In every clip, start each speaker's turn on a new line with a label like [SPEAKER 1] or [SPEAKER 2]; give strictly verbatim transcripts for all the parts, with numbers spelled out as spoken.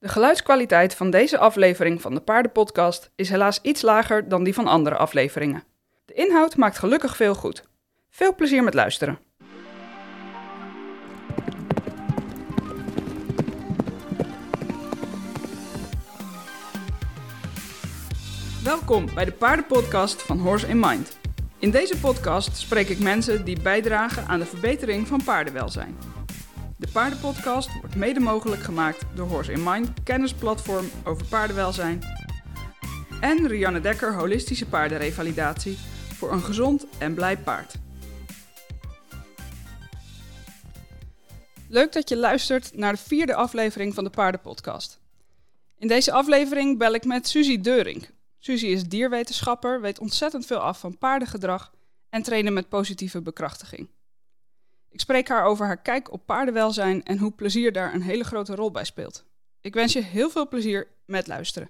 [SPEAKER 1] De geluidskwaliteit van deze aflevering van de Paardenpodcast is helaas iets lager dan die van andere afleveringen. De inhoud maakt gelukkig veel goed. Veel plezier met luisteren. Welkom bij de Paardenpodcast van Horse in Mind. In deze podcast spreek ik mensen die bijdragen aan de verbetering van paardenwelzijn. De Paardenpodcast wordt mede mogelijk gemaakt door Horse in Mind, kennisplatform over paardenwelzijn, en Rianne Dekker Holistische Paardenrevalidatie voor een gezond en blij paard. Leuk dat je luistert naar de vierde aflevering van de Paardenpodcast. In deze aflevering bel ik met Suzy Deurink. Suzy is dierwetenschapper, weet ontzettend veel af van paardengedrag en trainen met positieve bekrachtiging. Ik spreek haar over haar kijk op paardenwelzijn en hoe plezier daar een hele grote rol bij speelt. Ik wens je heel veel plezier met luisteren.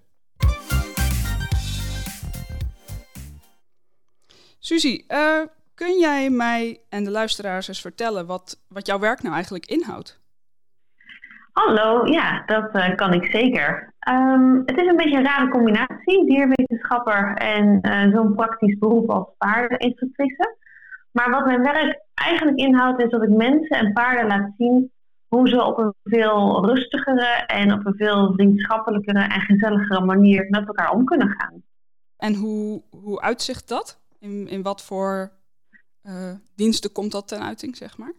[SPEAKER 1] Suzy, uh, kun jij mij en de luisteraars eens vertellen wat, wat jouw werk nou eigenlijk inhoudt?
[SPEAKER 2] Hallo, ja, dat uh, kan ik zeker. Um, het is een beetje een rare combinatie, dierwetenschapper en uh, zo'n praktisch beroep als paardeninstructrice. Maar wat mijn werk eigenlijk inhoudt is dat ik mensen en paarden laat zien hoe ze op een veel rustigere en op een veel vriendschappelijkere en gezelligere manier met elkaar om kunnen gaan.
[SPEAKER 1] En hoe, hoe uitzicht dat? In, in wat voor uh, diensten komt dat ten uiting, zeg maar?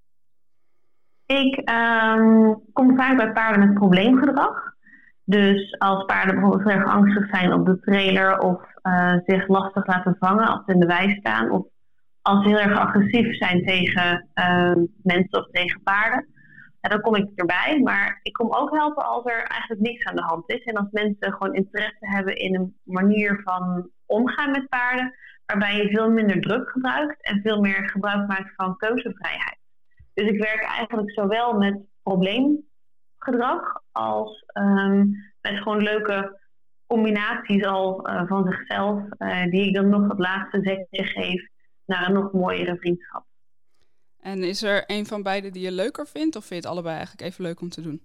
[SPEAKER 2] Ik um, kom vaak bij paarden met probleemgedrag. Dus als paarden bijvoorbeeld heel erg angstig zijn op de trailer of uh, zich lastig laten vangen als ze in de wei staan, of als ze heel erg agressief zijn tegen uh, mensen of tegen paarden, ja, dan kom ik erbij. Maar ik kom ook helpen als er eigenlijk niks aan de hand is. En als mensen gewoon interesse hebben in een manier van omgaan met paarden, waarbij je veel minder druk gebruikt en veel meer gebruik maakt van keuzevrijheid. Dus ik werk eigenlijk zowel met probleemgedrag als um, met gewoon leuke combinaties al uh, van zichzelf, uh, die ik dan nog het laatste zetje geef naar een nog mooiere vriendschap.
[SPEAKER 1] En is er een van beide die je leuker vindt, of vind je het allebei eigenlijk even leuk om te doen?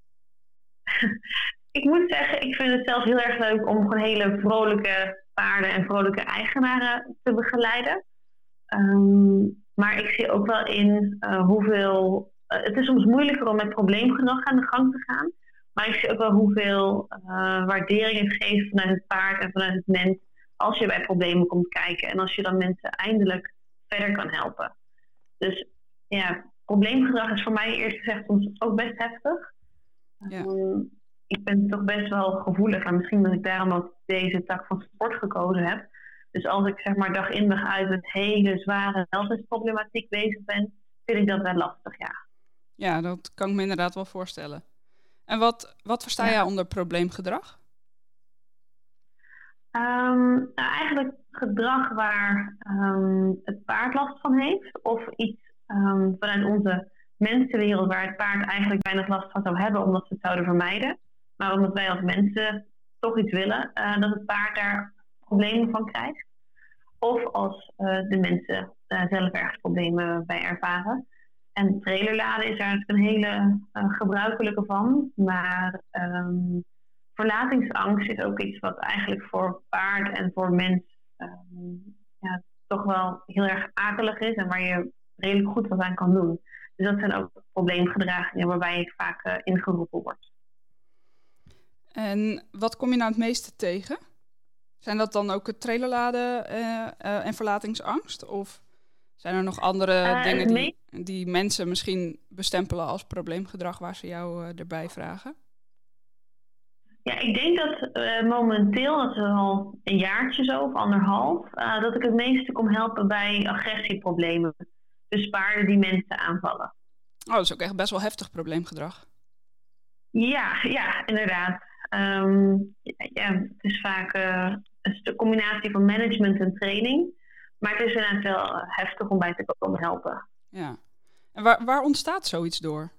[SPEAKER 2] Ik moet zeggen, ik vind het zelf heel erg leuk om gewoon hele vrolijke paarden en vrolijke eigenaren te begeleiden. Um, maar ik zie ook wel in uh, hoeveel... Uh, het is soms moeilijker om met probleemgedrag aan de gang te gaan. Maar ik zie ook wel hoeveel uh, waardering het geeft vanuit het paard en vanuit het mens als je bij problemen komt kijken en als je dan mensen eindelijk verder kan helpen. Dus ja, probleemgedrag is voor mij eerst gezegd soms ook best heftig.
[SPEAKER 1] Ja.
[SPEAKER 2] Um, ik ben toch best wel gevoelig en misschien dat ik daarom ook deze tak van sport gekozen heb. Dus als ik zeg maar dag in dag uit met hele zware welzijnsproblematiek bezig ben, vind ik dat wel lastig, ja.
[SPEAKER 1] Ja, dat kan ik me inderdaad wel voorstellen. En wat, wat versta
[SPEAKER 2] ja.
[SPEAKER 1] jij onder probleemgedrag?
[SPEAKER 2] Um, nou, eigenlijk gedrag waar um, het paard last van heeft. Of iets um, vanuit onze mensenwereld waar het paard eigenlijk weinig last van zou hebben omdat we het zouden vermijden. Maar omdat wij als mensen toch iets willen, uh, dat het paard daar problemen van krijgt. Of als uh, de mensen uh, zelf ergens problemen bij ervaren. En trailerladen is daar natuurlijk een hele uh, gebruikelijke van. Maar um, verlatingsangst is ook iets wat eigenlijk voor paard en voor mens um, ja, toch wel heel erg akelig is. En waar je redelijk goed wat aan kan doen. Dus dat zijn ook probleemgedragingen waarbij ik vaak uh, ingeroepen word.
[SPEAKER 1] En wat kom je nou het meeste tegen? Zijn dat dan ook het trailerladen uh, uh, en verlatingsangst? Of zijn er nog andere uh, dingen die, me- die mensen misschien bestempelen als probleemgedrag waar ze jou uh, erbij vragen?
[SPEAKER 2] Ja, ik denk dat uh, momenteel, dat is al een jaartje zo of anderhalf, uh, dat ik het meeste kom helpen bij agressieproblemen. Dus paarden die mensen aanvallen.
[SPEAKER 1] Oh, dat is ook echt best wel heftig probleemgedrag.
[SPEAKER 2] Ja, ja, inderdaad. Um, ja, het is vaak uh, een stuk combinatie van management en training. Maar het is inderdaad wel heftig om bij te komen helpen.
[SPEAKER 1] Ja. En waar, waar ontstaat zoiets door?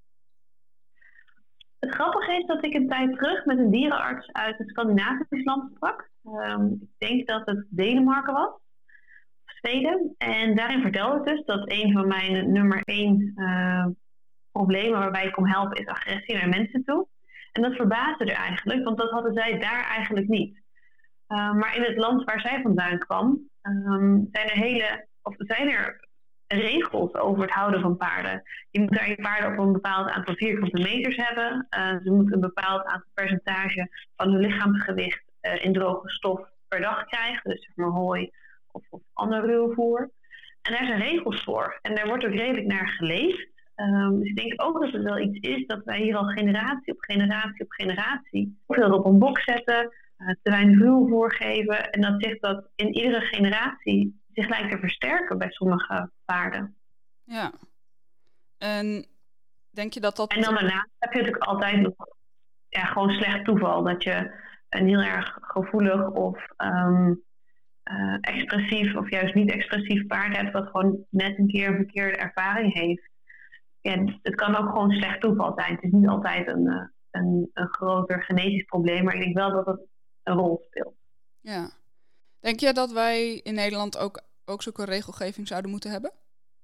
[SPEAKER 2] Het grappige is dat ik een tijd terug met een dierenarts uit het Scandinavisch land sprak. Um, ik denk dat het Denemarken was. Of Zweden. En daarin vertelde ik dus dat een van mijn nummer één uh, problemen waarbij ik kom helpen is agressie naar mensen toe. En dat verbaasde er eigenlijk, want dat hadden zij daar eigenlijk niet. Uh, maar in het land waar zij vandaan kwam, um, zijn er hele, of zijn er regels over het houden van paarden. Je moet daar je paarden op een bepaald aantal vierkante meters hebben. Uh, ze moeten een bepaald aantal percentage van hun lichaamsgewicht uh, in droge stof per dag krijgen. Dus zeg maar hooi of, of ander ruwvoer. En daar zijn regels voor. En daar wordt ook redelijk naar geleefd. Um, dus ik denk ook dat het wel iets is dat wij hier al generatie op generatie op generatie veel op een bok zetten. Uh, te weinig ruwvoer geven. En dat zich dat in iedere generatie zich lijkt te versterken bij sommige paarden.
[SPEAKER 1] Ja. En denk je dat dat...
[SPEAKER 2] En dan daarnaast heb je natuurlijk altijd nog ja, gewoon slecht toeval. Dat je een heel erg gevoelig of um, uh, expressief of juist niet expressief paard hebt dat gewoon net een keer een verkeerde ervaring heeft. Ja, het kan ook gewoon slecht toeval zijn. Het is niet altijd een, uh, een, een groter genetisch probleem, maar ik denk wel dat het een rol speelt.
[SPEAKER 1] Ja. Denk je dat wij in Nederland ook, ook zulke regelgeving zouden moeten hebben?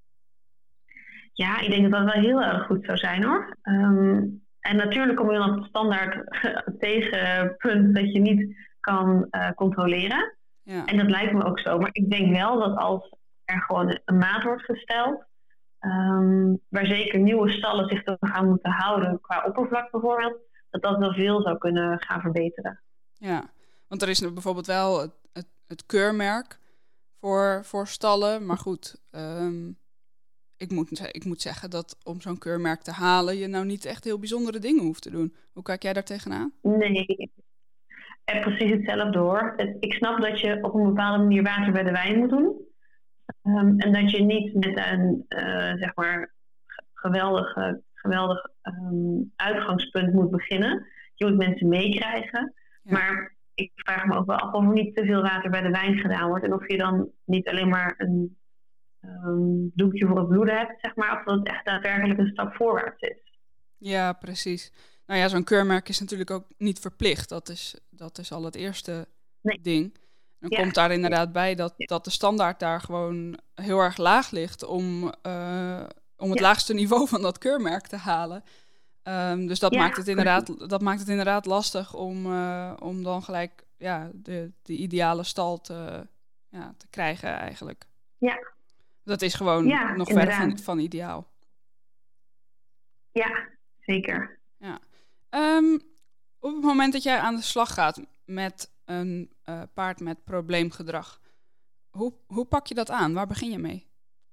[SPEAKER 2] Ja, ik denk dat dat wel heel erg goed zou zijn hoor. Um, en natuurlijk kom je dan op het standaard tegenpunt dat je niet kan uh, controleren. Ja. En dat lijkt me ook zo. Maar ik denk wel dat als er gewoon een maat wordt gesteld, um, waar zeker nieuwe stallen zich te gaan moeten houden qua oppervlak bijvoorbeeld, dat dat wel veel zou kunnen gaan verbeteren.
[SPEAKER 1] Ja, want er is bijvoorbeeld wel het, het, het keurmerk voor, voor stallen. Maar goed, um, ik, moet, ik moet zeggen dat om zo'n keurmerk te halen je nou niet echt heel bijzondere dingen hoeft te doen. Hoe kijk jij daar tegenaan?
[SPEAKER 2] Nee, en precies hetzelfde hoor. Het, ik snap dat je op een bepaalde manier water bij de wijn moet doen. Um, en dat je niet met een uh, zeg maar geweldige, geweldig um, uitgangspunt moet beginnen. Je moet mensen meekrijgen. Ja. Maar ik vraag me ook wel af of er niet te veel water bij de wijn gedaan wordt. En of je dan niet alleen maar een um, doekje voor het bloeden hebt, zeg maar. Of dat het echt daadwerkelijk een stap voorwaarts is.
[SPEAKER 1] Ja, precies. Nou ja, zo'n keurmerk is natuurlijk ook niet verplicht. Dat is, dat is al het eerste nee. ding. Dan ja. komt daar inderdaad bij dat, dat de standaard daar gewoon heel erg laag ligt om, uh, om het ja. laagste niveau van dat keurmerk te halen. Um, dus dat, ja, maakt het inderdaad, dat maakt het inderdaad lastig om, uh, om dan gelijk ja, de, de ideale stal te, ja, te krijgen eigenlijk.
[SPEAKER 2] Ja.
[SPEAKER 1] Dat is gewoon ja, nog verder van, van ideaal.
[SPEAKER 2] Ja, zeker.
[SPEAKER 1] Ja. Um, op het moment dat jij aan de slag gaat met een uh, paard met probleemgedrag, hoe, hoe pak je dat aan? Waar begin je mee?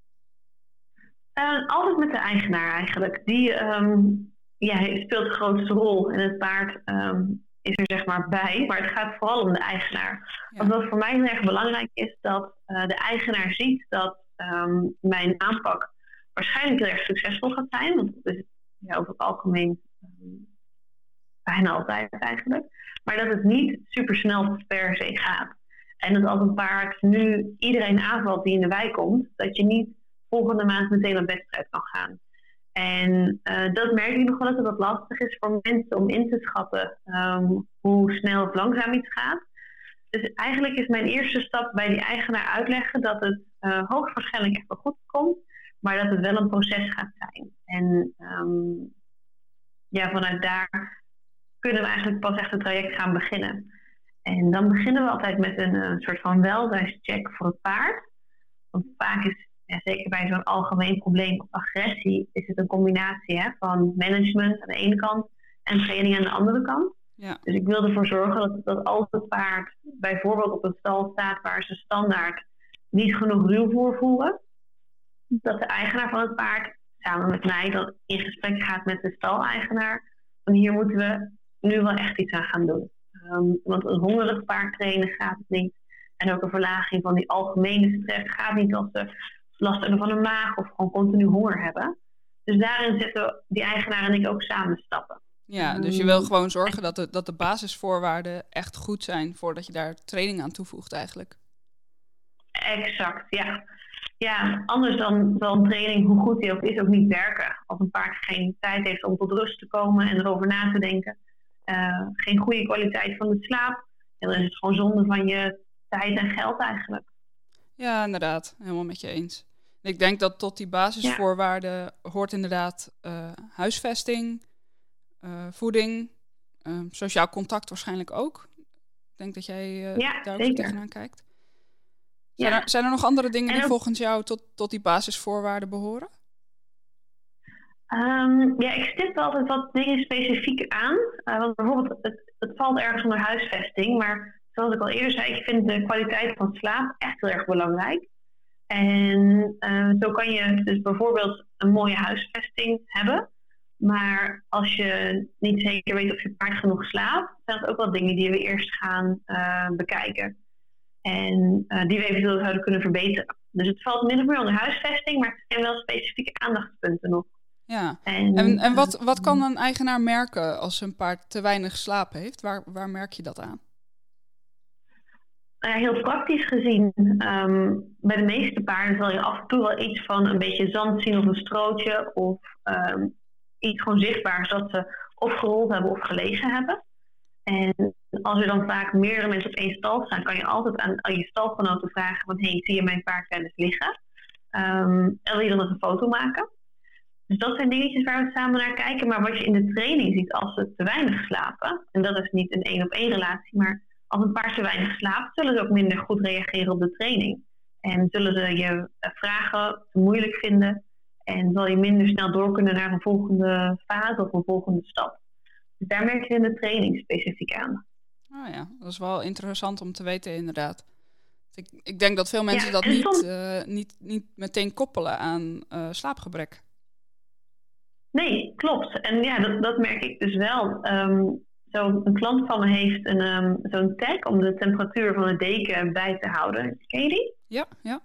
[SPEAKER 2] Uh, altijd met de eigenaar eigenlijk. Die um, ja, speelt de grootste rol en het paard um, is er zeg maar bij. Maar het gaat vooral om de eigenaar. Ja. Want wat voor mij heel erg belangrijk is, dat uh, de eigenaar ziet dat um, mijn aanpak waarschijnlijk heel erg succesvol gaat zijn. Want dat is ja, over het algemeen um, bijna altijd eigenlijk. Maar dat het niet super snel per se gaat. En dat als een paard nu iedereen aanvalt die in de wei komt, dat je niet volgende maand meteen op wedstrijd kan gaan. En uh, dat merk ik nog wel dat het wat lastig is voor mensen om in te schatten um, hoe snel of langzaam iets gaat. Dus eigenlijk is mijn eerste stap bij die eigenaar uitleggen dat het uh, hoogstwaarschijnlijk echt wel goed komt, maar dat het wel een proces gaat zijn. En um, ja, vanuit daar kunnen we eigenlijk pas echt het traject gaan beginnen. En dan beginnen we altijd met een, een soort van welzijnscheck voor het paard. Want vaak is, ja, zeker bij zo'n algemeen probleem of agressie, is het een combinatie hè, van management aan de ene kant en training aan de andere kant. Ja. Dus ik wil ervoor zorgen dat, dat als het paard bijvoorbeeld op een stal staat waar ze standaard niet genoeg ruwvoer voeren, dat de eigenaar van het paard samen met mij dan in gesprek gaat met de staleigenaar. En hier moeten we nu wel echt iets aan gaan doen. Um, want een hongerig paard trainen gaat het niet. En ook een verlaging van die algemene stress gaat niet als ze last hebben van een maag of gewoon continu honger hebben. Dus daarin zetten die eigenaar en ik ook samen stappen.
[SPEAKER 1] Ja, dus je wil gewoon zorgen dat de, dat de basisvoorwaarden echt goed zijn voordat je daar training aan toevoegt eigenlijk.
[SPEAKER 2] Exact, ja. Ja, anders dan zal een training, hoe goed die ook is, ook niet werken. Als een paard geen tijd heeft om tot rust te komen en erover na te denken. Uh, geen goede kwaliteit van de slaap. En dan is het gewoon zonde van je tijd en geld eigenlijk.
[SPEAKER 1] Ja, inderdaad. Helemaal met je eens. Ik denk dat tot die basisvoorwaarden ja. hoort inderdaad uh, huisvesting, uh, voeding, uh, sociaal contact waarschijnlijk ook. Ik denk dat jij uh,
[SPEAKER 2] ja,
[SPEAKER 1] daar ook
[SPEAKER 2] zeker.
[SPEAKER 1] zo tegenaan kijkt. Zijn,
[SPEAKER 2] Ja.
[SPEAKER 1] er, zijn er nog andere dingen
[SPEAKER 2] En
[SPEAKER 1] die
[SPEAKER 2] ook,
[SPEAKER 1] volgens jou tot, tot die basisvoorwaarden behoren?
[SPEAKER 2] Um, ja, ik stip wel altijd wat dingen specifiek aan. Uh, want bijvoorbeeld, het, het valt ergens onder huisvesting. Maar zoals ik al eerder zei, ik vind de kwaliteit van slaap echt heel erg belangrijk. En uh, zo kan je dus bijvoorbeeld een mooie huisvesting hebben. Maar als je niet zeker weet of je paard genoeg slaapt, zijn dat ook wel dingen die we eerst gaan uh, bekijken. En uh, die we eventueel zouden kunnen verbeteren. Dus het valt min of meer onder huisvesting, maar het zijn wel specifieke aandachtspunten nog.
[SPEAKER 1] Ja,
[SPEAKER 2] en,
[SPEAKER 1] en, en wat, wat kan een eigenaar merken als een paard te weinig slaap heeft? Waar, waar merk je dat aan?
[SPEAKER 2] Uh, heel praktisch gezien, um, bij de meeste paarden zal je af en toe wel iets van een beetje zand zien of een strootje. Of um, iets gewoon zichtbaar, zodat ze of gerold hebben of gelegen hebben. En als er dan vaak meerdere mensen op één stal staan, kan je altijd aan, aan je stalgenoten vragen van, hey, zie je mijn paard wel eens liggen? Um, en wil je dan eens een foto maken? Dus dat zijn dingetjes waar we samen naar kijken. Maar wat je in de training ziet als ze te weinig slapen, en dat is niet een één-op-één relatie, maar als een paard te weinig slaapt, zullen ze ook minder goed reageren op de training. En zullen ze je vragen te moeilijk vinden en zal je minder snel door kunnen naar een volgende fase of een volgende stap. Dus daar merk je in de training specifiek aan.
[SPEAKER 1] Oh ja, dat is wel interessant om te weten inderdaad. Ik, ik denk dat veel mensen
[SPEAKER 2] ja,
[SPEAKER 1] dat niet,
[SPEAKER 2] soms...
[SPEAKER 1] uh, niet, niet meteen koppelen aan uh, slaapgebrek.
[SPEAKER 2] Nee, klopt. En ja, dat, dat merk ik dus wel. Um, zo een klant van me heeft een, um, zo'n tag om de temperatuur van de deken bij te houden. Ken je die?
[SPEAKER 1] Ja, ja.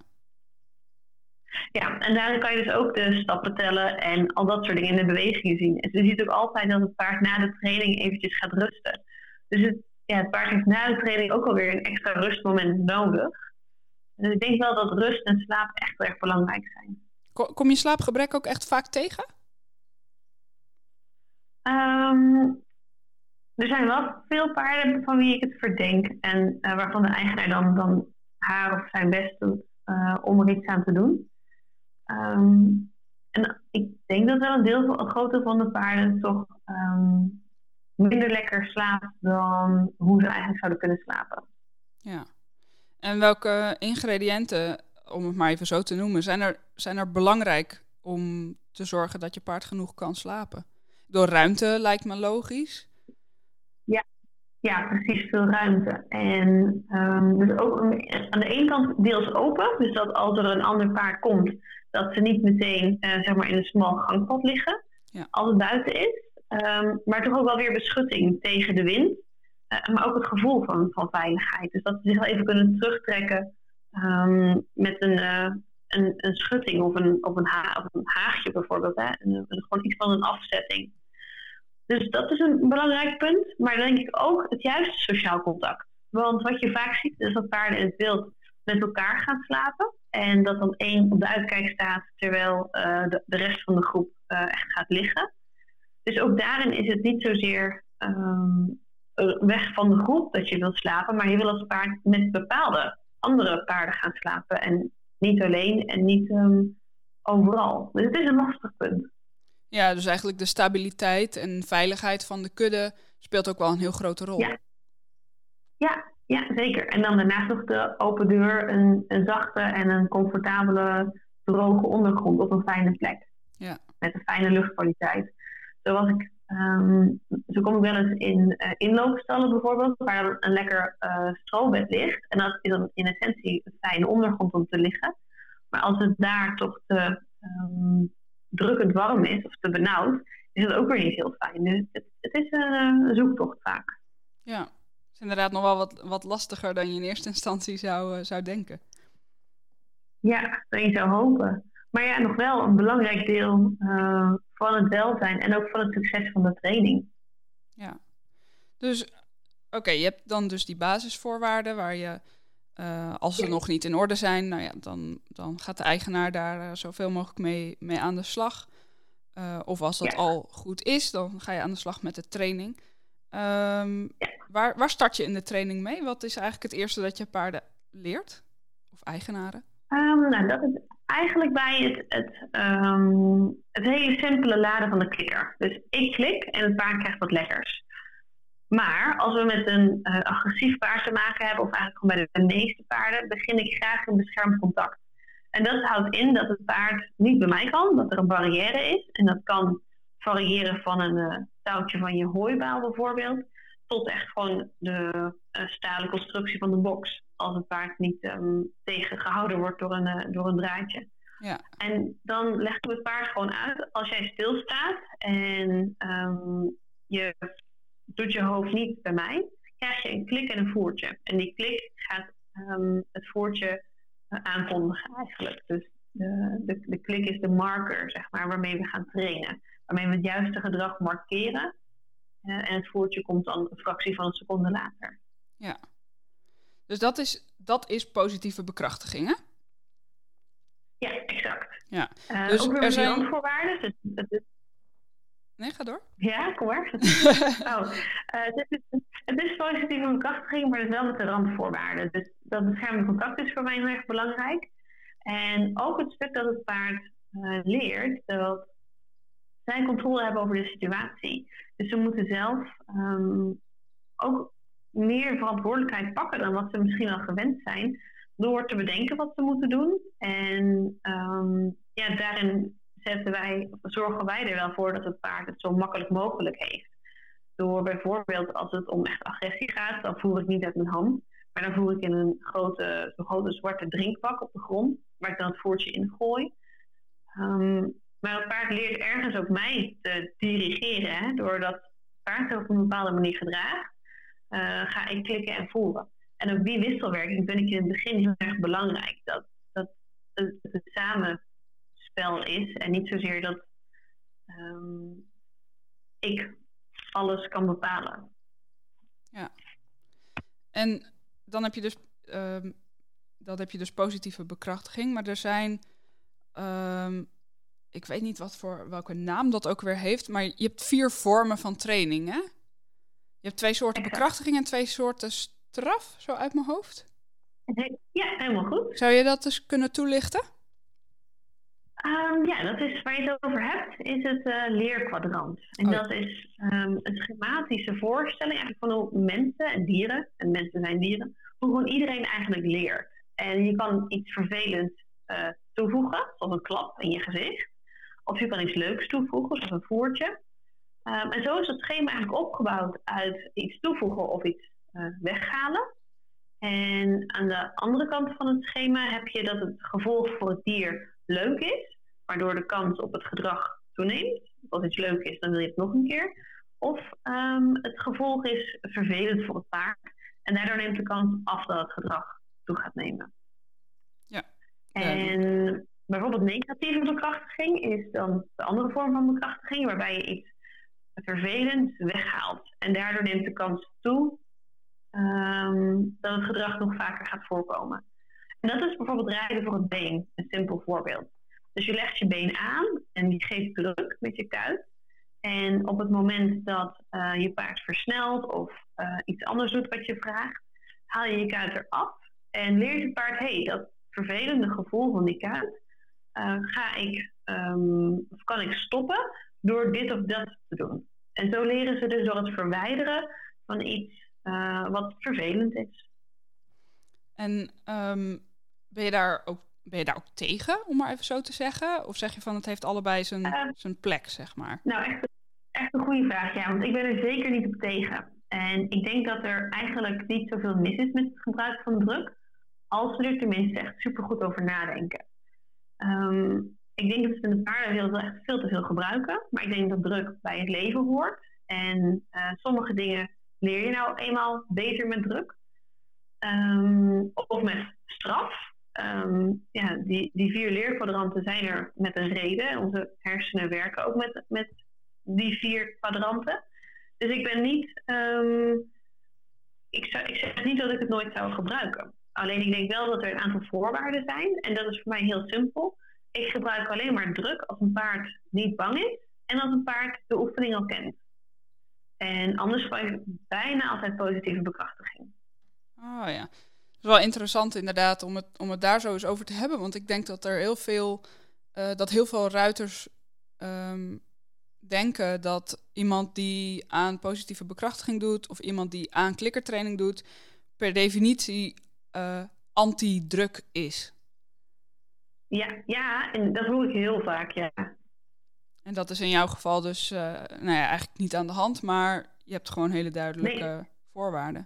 [SPEAKER 2] Ja, en daarin kan je dus ook de stappen tellen en al dat soort dingen in de bewegingen zien. En je ziet ook altijd dat het paard na de training eventjes gaat rusten. Dus het, ja, het paard heeft na de training ook alweer een extra rustmoment nodig. Dus ik denk wel dat rust en slaap echt heel erg belangrijk zijn.
[SPEAKER 1] Kom je slaapgebrek ook echt vaak tegen?
[SPEAKER 2] Um, er zijn wel veel paarden van wie ik het verdenk en uh, waarvan de eigenaar dan, dan haar of zijn best doet uh, om er iets aan te doen. Um, en ik denk dat wel een deel van een groot deel van de paarden toch um, minder lekker slaapt dan hoe ze eigenlijk zouden kunnen slapen.
[SPEAKER 1] Ja. En welke ingrediënten, om het maar even zo te noemen, zijn er, zijn er belangrijk om te zorgen dat je paard genoeg kan slapen? Door ruimte lijkt me logisch.
[SPEAKER 2] Ja, ja, precies, veel ruimte. En um, dus ook aan de ene kant deels open, dus dat als er een ander paard komt, dat ze niet meteen uh, zeg maar in een smal gangpad liggen,
[SPEAKER 1] ja.
[SPEAKER 2] als het buiten is. Um, maar toch ook wel weer beschutting tegen de wind. Uh, maar ook het gevoel van, van veiligheid. Dus dat ze zich wel even kunnen terugtrekken um, met een, uh, een, een schutting of een, of een, ha- of een haagje bijvoorbeeld. Hè? En, en gewoon iets van een afzetting. Dus dat is een belangrijk punt. Maar dan denk ik ook het juiste sociaal contact. Want wat je vaak ziet is dat paarden in het wild met elkaar gaan slapen. En dat dan één op de uitkijk staat terwijl uh, de, de rest van de groep uh, echt gaat liggen. Dus ook daarin is het niet zozeer um, weg van de groep dat je wilt slapen. Maar je wil als paard met bepaalde andere paarden gaan slapen. En niet alleen en niet um, overal. Dus het is een lastig punt.
[SPEAKER 1] Ja, dus eigenlijk de stabiliteit en veiligheid van de kudde speelt ook wel een heel grote rol.
[SPEAKER 2] Ja, ja, ja zeker. En dan daarnaast nog de open deur, een, een zachte en een comfortabele, droge ondergrond op een fijne plek.
[SPEAKER 1] Ja. Met
[SPEAKER 2] een fijne luchtkwaliteit. Zoals ik, um, zo kom ik wel eens in uh, inloopstallen bijvoorbeeld, waar dan een lekker uh, strobed ligt. En dat is dan in essentie een fijne ondergrond om te liggen. Maar als het daar toch te um, drukkend warm is of te benauwd, is het ook weer niet heel fijn. Dus het, het is een, een zoektocht vaak.
[SPEAKER 1] Ja, het is inderdaad nog wel wat, wat lastiger dan je in eerste instantie zou, uh, zou denken.
[SPEAKER 2] Ja, dan je zou hopen. Maar ja, nog wel een belangrijk deel uh, van het welzijn en ook van het succes van de training.
[SPEAKER 1] Ja, dus oké, okay, je hebt dan dus die basisvoorwaarden waar je, uh, als ze ja. nog niet in orde zijn, nou ja, dan, dan gaat de eigenaar daar uh, zoveel mogelijk mee, mee aan de slag. Uh, of als dat ja. al goed is, dan ga je aan de slag met de training. Um, ja. waar, waar start je in de training mee? Wat is eigenlijk het eerste dat je paarden leert? Of eigenaren?
[SPEAKER 2] Um, nou, dat is eigenlijk bij het, het, um, het hele simpele laden van de klikker. Dus ik klik en het paard krijgt wat lekkers. Maar als we met een uh, agressief paard te maken hebben, of eigenlijk gewoon bij de, de meeste paarden, begin ik graag een beschermd contact. En dat houdt in dat het paard niet bij mij kan, dat er een barrière is. En dat kan variëren van een uh, touwtje van je hooibaal bijvoorbeeld, tot echt gewoon de uh, stalen constructie van de box. Als het paard niet um, tegengehouden wordt door een, uh, door een draadje.
[SPEAKER 1] Ja.
[SPEAKER 2] En dan leggen we het paard gewoon uit. Als jij stilstaat en um, je doet je hoofd niet bij mij, krijg je een klik en een voertje. En die klik gaat um, het voertje uh, aankondigen eigenlijk. Dus de, de, de klik is de marker, zeg maar, waarmee we gaan trainen. Waarmee we het juiste gedrag markeren. Uh, en het voertje komt dan een fractie van een seconde later.
[SPEAKER 1] Ja. Dus dat is, dat is positieve bekrachtiging, hè?
[SPEAKER 2] Ja, exact.
[SPEAKER 1] Ja.
[SPEAKER 2] Uh,
[SPEAKER 1] dus
[SPEAKER 2] ook weer
[SPEAKER 1] er zijn
[SPEAKER 2] randvoorwaarden. Dus, het is...
[SPEAKER 1] Nee, ga door.
[SPEAKER 2] Ja, kom maar. oh, uh, het, is, het is positieve bekrachtiging, maar het is wel met de randvoorwaarden. Dus dat beschermend contact is voor mij heel erg belangrijk. En ook het stuk dat het paard uh, leert dat zij controle hebben over de situatie. Dus ze moeten zelf um, ook meer verantwoordelijkheid pakken dan wat ze misschien al gewend zijn, door te bedenken wat ze moeten doen. En um, ja, daarin zetten wij, of zorgen wij er wel voor dat het paard het zo makkelijk mogelijk heeft. Door bijvoorbeeld, als het om echt agressie gaat, dan voer ik niet uit mijn hand, maar dan voer ik in een grote, zo'n grote zwarte drinkbak op de grond, waar ik dan het voertje in gooi. Um, maar het paard leert ergens ook mij te dirigeren, hè, doordat het paard zich op een bepaalde manier gedraagt. Uh, ga ik klikken en voeren. En ook die wisselwerking vind ik in het begin heel erg belangrijk. Dat, dat het, het samenspel is en niet zozeer dat um, ik alles kan bepalen.
[SPEAKER 1] Ja. En dan heb je dus, um, dan heb je dus positieve bekrachtiging. Maar er zijn, um, ik weet niet wat voor welke naam dat ook weer heeft, maar je hebt vier vormen van training, hè? Je hebt twee soorten
[SPEAKER 2] Exact.
[SPEAKER 1] bekrachtiging en twee soorten straf, zo uit mijn hoofd.
[SPEAKER 2] Ja, helemaal goed.
[SPEAKER 1] Zou je dat dus kunnen toelichten?
[SPEAKER 2] Um, ja, dat is waar je het over hebt, is het uh, leerkwadrant. En
[SPEAKER 1] oh.
[SPEAKER 2] dat is um, een schematische voorstelling eigenlijk van hoe mensen en dieren, en mensen zijn dieren, hoe gewoon iedereen eigenlijk leert. En je kan iets vervelends uh, toevoegen, zoals een klap in je gezicht. Of je kan iets leuks toevoegen, zoals een voertje. Um, en zo is het schema eigenlijk opgebouwd uit iets toevoegen of iets uh, weghalen. En aan de andere kant van het schema heb je dat het gevolg voor het dier leuk is, waardoor de kans op het gedrag toeneemt. Als iets leuk is, dan wil je het nog een keer. Of um, het gevolg is vervelend voor het paard. En daardoor neemt de kans af dat het gedrag toe gaat nemen.
[SPEAKER 1] Ja.
[SPEAKER 2] En bijvoorbeeld negatieve bekrachtiging is dan de andere vorm van bekrachtiging, waarbij je iets vervelends weghaalt. En daardoor neemt de kans toe um, dat het gedrag nog vaker gaat voorkomen. En dat is bijvoorbeeld rijden voor het been, een simpel voorbeeld. Dus je legt je been aan en die geeft druk met je kuit. En op het moment dat uh, je paard versnelt of uh, iets anders doet wat je vraagt, haal je je kuit eraf en leert het paard, hé, hey, dat vervelende gevoel van die kuit, uh, ga ik, um, of kan ik stoppen door dit of dat te doen. En zo leren ze dus door het verwijderen van iets uh, wat vervelend is.
[SPEAKER 1] En um, ben je daar ook ben je daar ook tegen, om maar even zo te zeggen? Of zeg je van het heeft allebei zijn, uh, zijn plek, zeg maar?
[SPEAKER 2] Nou, echt, echt een goede vraag, ja. Want ik ben er zeker niet op tegen. En ik denk dat er eigenlijk niet zoveel mis is met het gebruik van druk, als we er tenminste echt supergoed over nadenken. Um, ik denk dat we in de paardenwereld wel echt veel te veel gebruiken. Maar ik denk dat druk bij het leven hoort. En uh, sommige dingen leer je nou eenmaal beter met druk. Um, of met straf. Um, ja, die, die vier leerkwadranten zijn er met een reden. Onze hersenen werken ook met, met die vier kwadranten. Dus ik ben niet... Um, ik, zou, ik zeg niet dat ik het nooit zou gebruiken. Alleen ik denk wel dat er een aantal voorwaarden zijn. En dat is voor mij heel simpel. Ik gebruik alleen maar druk als een paard niet bang is. En als een paard de oefening al kent. En anders gebruik ik bijna altijd positieve bekrachtiging.
[SPEAKER 1] Oh ja. Het is wel interessant inderdaad om het, om het daar zo eens over te hebben. Want ik denk dat er heel veel, uh, dat heel veel ruiters um, denken dat iemand die aan positieve bekrachtiging doet of iemand die aan klikkertraining doet, per definitie uh, anti-druk is.
[SPEAKER 2] Ja, ja, en dat hoor ik heel vaak, ja.
[SPEAKER 1] En dat is in jouw geval dus uh, nou ja, eigenlijk niet aan de hand, maar je hebt gewoon hele duidelijke nee. voorwaarden.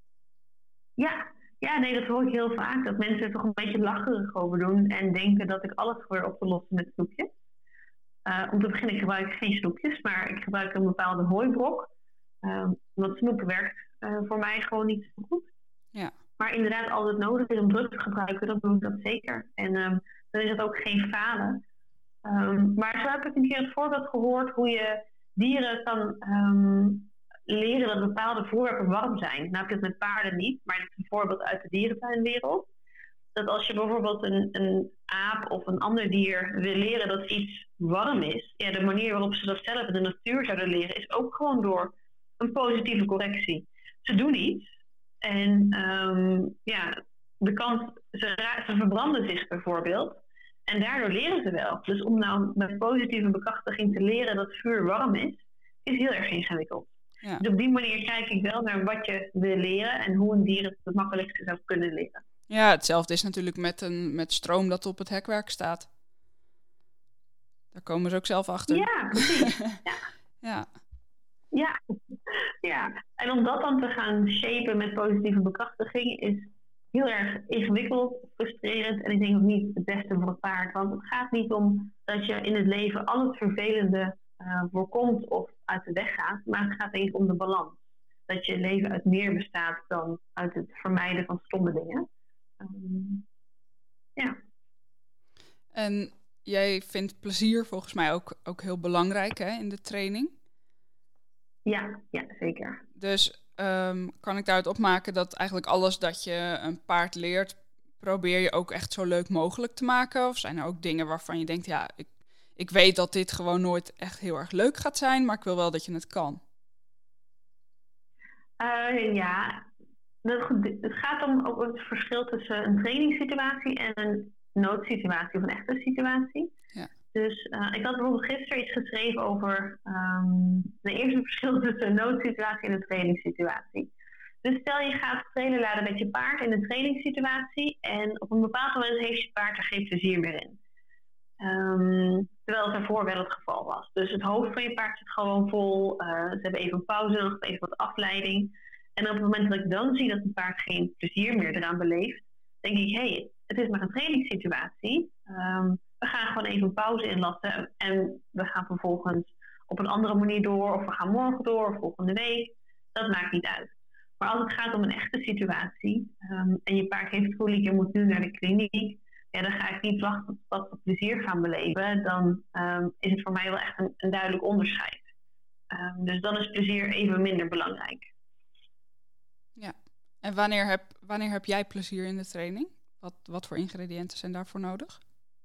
[SPEAKER 2] Ja, ja, nee, dat hoor ik heel vaak. Dat mensen er toch een beetje lacherig over doen en denken dat ik alles probeer op te lossen met snoepjes. Uh, om te beginnen, ik gebruik geen snoepjes, maar ik gebruik een bepaalde hooibrok. Uh, want snoep werkt uh, voor mij gewoon niet zo goed.
[SPEAKER 1] Ja.
[SPEAKER 2] Maar inderdaad, als het nodig is om druk te gebruiken, dan doe ik dat zeker. En um, dan is het ook geen falen. Um, maar zo heb ik een keer het voorbeeld gehoord hoe je dieren kan um, leren dat bepaalde voorwerpen warm zijn. Nou heb je het met paarden niet, maar het is een voorbeeld uit de dierentuinwereld. Dat als je bijvoorbeeld een, een aap of een ander dier wil leren dat iets warm is, ja, de manier waarop ze dat zelf in de natuur zouden leren is ook gewoon door een positieve correctie. Ze doen iets en um, ja, de kans, ze, ra- ze verbranden zich bijvoorbeeld en daardoor leren ze wel. Dus om nou met positieve bekrachtiging te leren dat vuur warm is, is heel erg ingewikkeld. Ja. Dus op die manier kijk ik wel naar wat je wil leren en hoe een dier het het makkelijkste zou kunnen leren.
[SPEAKER 1] Ja, hetzelfde is natuurlijk met, een, met stroom dat op het hekwerk staat. Daar komen ze ook zelf achter.
[SPEAKER 2] Ja, precies. Ja.
[SPEAKER 1] ja.
[SPEAKER 2] Ja. ja, en om dat dan te gaan shapen met positieve bekrachtiging is heel erg ingewikkeld, frustrerend en ik denk ook niet het beste voor het paard. Want het gaat niet om dat je in het leven al het vervelende uh, voorkomt of uit de weg gaat, maar het gaat eens om de balans. Dat je leven uit meer bestaat dan uit het vermijden van stomme dingen. Um, ja.
[SPEAKER 1] En jij vindt plezier volgens mij ook, ook heel belangrijk, hè, in de training?
[SPEAKER 2] Ja, ja, zeker.
[SPEAKER 1] Dus um, kan ik daaruit opmaken dat eigenlijk alles dat je een paard leert, probeer je ook echt zo leuk mogelijk te maken? Of zijn er ook dingen waarvan je denkt, ja, ik, ik weet dat dit gewoon nooit echt heel erg leuk gaat zijn, maar ik wil wel dat je het kan?
[SPEAKER 2] Uh, ja, het gaat om ook het verschil tussen een trainingssituatie en een noodsituatie of een echte situatie.
[SPEAKER 1] Ja.
[SPEAKER 2] Dus uh, ik had bijvoorbeeld gisteren iets geschreven over um, de eerste verschil tussen een noodsituatie en een trainingssituatie. Dus stel je gaat trainen laden met je paard in een trainingssituatie en op een bepaald moment heeft je paard er geen plezier meer in. Um, terwijl het daarvoor wel het geval was. Dus het hoofd van je paard zit gewoon vol. Uh, ze hebben even een pauze nodig, even wat afleiding. En op het moment dat ik dan zie dat een paard geen plezier meer eraan beleeft, denk ik, hé, hey, het is maar een trainingssituatie. Um, we gaan gewoon even een pauze inlassen en we gaan vervolgens op een andere manier door, of we gaan morgen door, of volgende week. Dat maakt niet uit. Maar als het gaat om een echte situatie um, en je paard heeft coliek en moet nu naar de kliniek, ja, dan ga ik niet wachten tot we plezier gaan beleven. Dan um, is het voor mij wel echt een, een duidelijk onderscheid. Um, dus dan is plezier even minder belangrijk.
[SPEAKER 1] Ja, en wanneer heb, wanneer heb jij plezier in de training? Wat, wat voor ingrediënten zijn daarvoor nodig?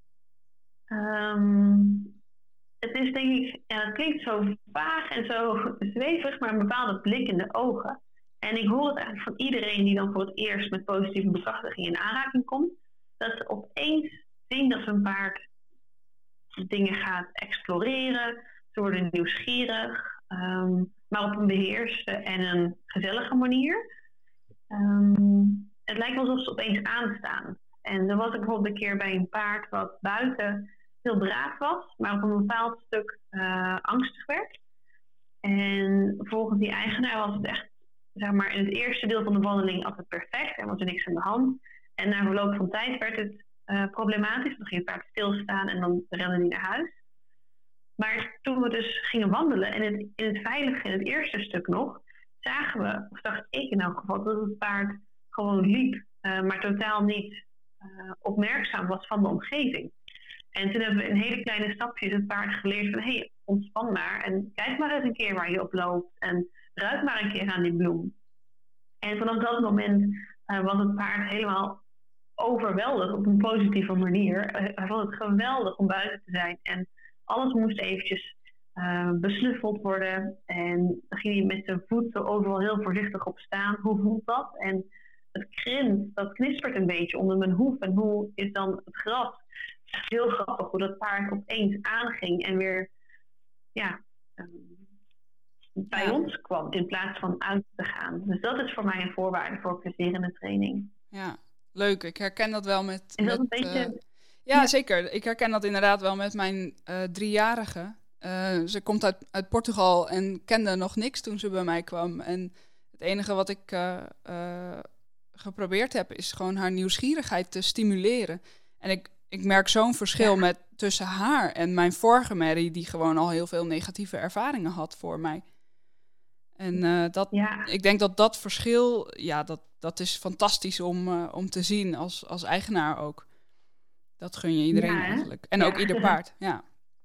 [SPEAKER 2] Um, het is denk ik, ja, het klinkt zo vaag en zo zwevig, maar een bepaalde blik in de ogen. En ik hoor het eigenlijk van iedereen die dan voor het eerst met positieve bekrachtiging in aanraking komt, dat ze opeens zien dat hun paard dingen gaat exploreren, ze worden nieuwsgierig, um, maar op een beheerste en een gezellige manier. Um, het lijkt wel alsof ze opeens aanstaan. En dan was ik bijvoorbeeld een keer bij een paard wat buiten heel braaf was, maar op een bepaald stuk uh, angstig werd. En volgens die eigenaar was het echt, zeg maar, in het eerste deel van de wandeling altijd perfect en was er niks aan de hand. En na verloop van tijd werd het uh, problematisch. Dan ging het paard stilstaan en dan rende hij naar huis. Maar toen we dus gingen wandelen en in het, in het veilige, in het eerste stuk nog, zagen we, of dacht ik in elk geval, dat het paard gewoon liep, uh, maar totaal niet uh, opmerkzaam was van de omgeving. En toen hebben we in hele kleine stapjes het paard geleerd van, hé, hey, ontspan maar en kijk maar eens een keer waar je op loopt en ruik maar een keer aan die bloem. En vanaf dat moment uh, was het paard helemaal overweldigd op een positieve manier. Uh, hij vond het geweldig om buiten te zijn en alles moest eventjes uh, besnuffeld worden. En dan ging hij met zijn voeten overal heel voorzichtig op staan. Hoe voelt dat? En het krint, dat knispert een beetje onder mijn hoef. En hoe is dan het gras? Heel grappig hoe dat paard opeens aanging en weer ja, um, bij
[SPEAKER 1] Ja.
[SPEAKER 2] ons kwam in plaats van uit te gaan. Dus dat is voor mij een voorwaarde voor plezierende training.
[SPEAKER 1] Ja, leuk. Ik herken dat wel met...
[SPEAKER 2] Is dat
[SPEAKER 1] met
[SPEAKER 2] een beetje...
[SPEAKER 1] uh, ja,
[SPEAKER 2] ja,
[SPEAKER 1] zeker. Ik herken dat inderdaad wel met mijn uh, driejarige. Uh, ze komt uit, uit Portugal en kende nog niks toen ze bij mij kwam. En het enige wat ik uh, uh, geprobeerd heb, is gewoon haar nieuwsgierigheid te stimuleren. En ik, ik merk zo'n verschil
[SPEAKER 2] ja.
[SPEAKER 1] met tussen haar en mijn vorige Mary, die gewoon al heel veel negatieve ervaringen had voor mij. En uh, dat,
[SPEAKER 2] ja.
[SPEAKER 1] ik denk dat dat verschil, ja, dat, dat is fantastisch om, uh, om te zien als, als eigenaar ook. Dat gun je iedereen
[SPEAKER 2] ja,
[SPEAKER 1] eigenlijk. En
[SPEAKER 2] ja.
[SPEAKER 1] ook ieder paard, ja.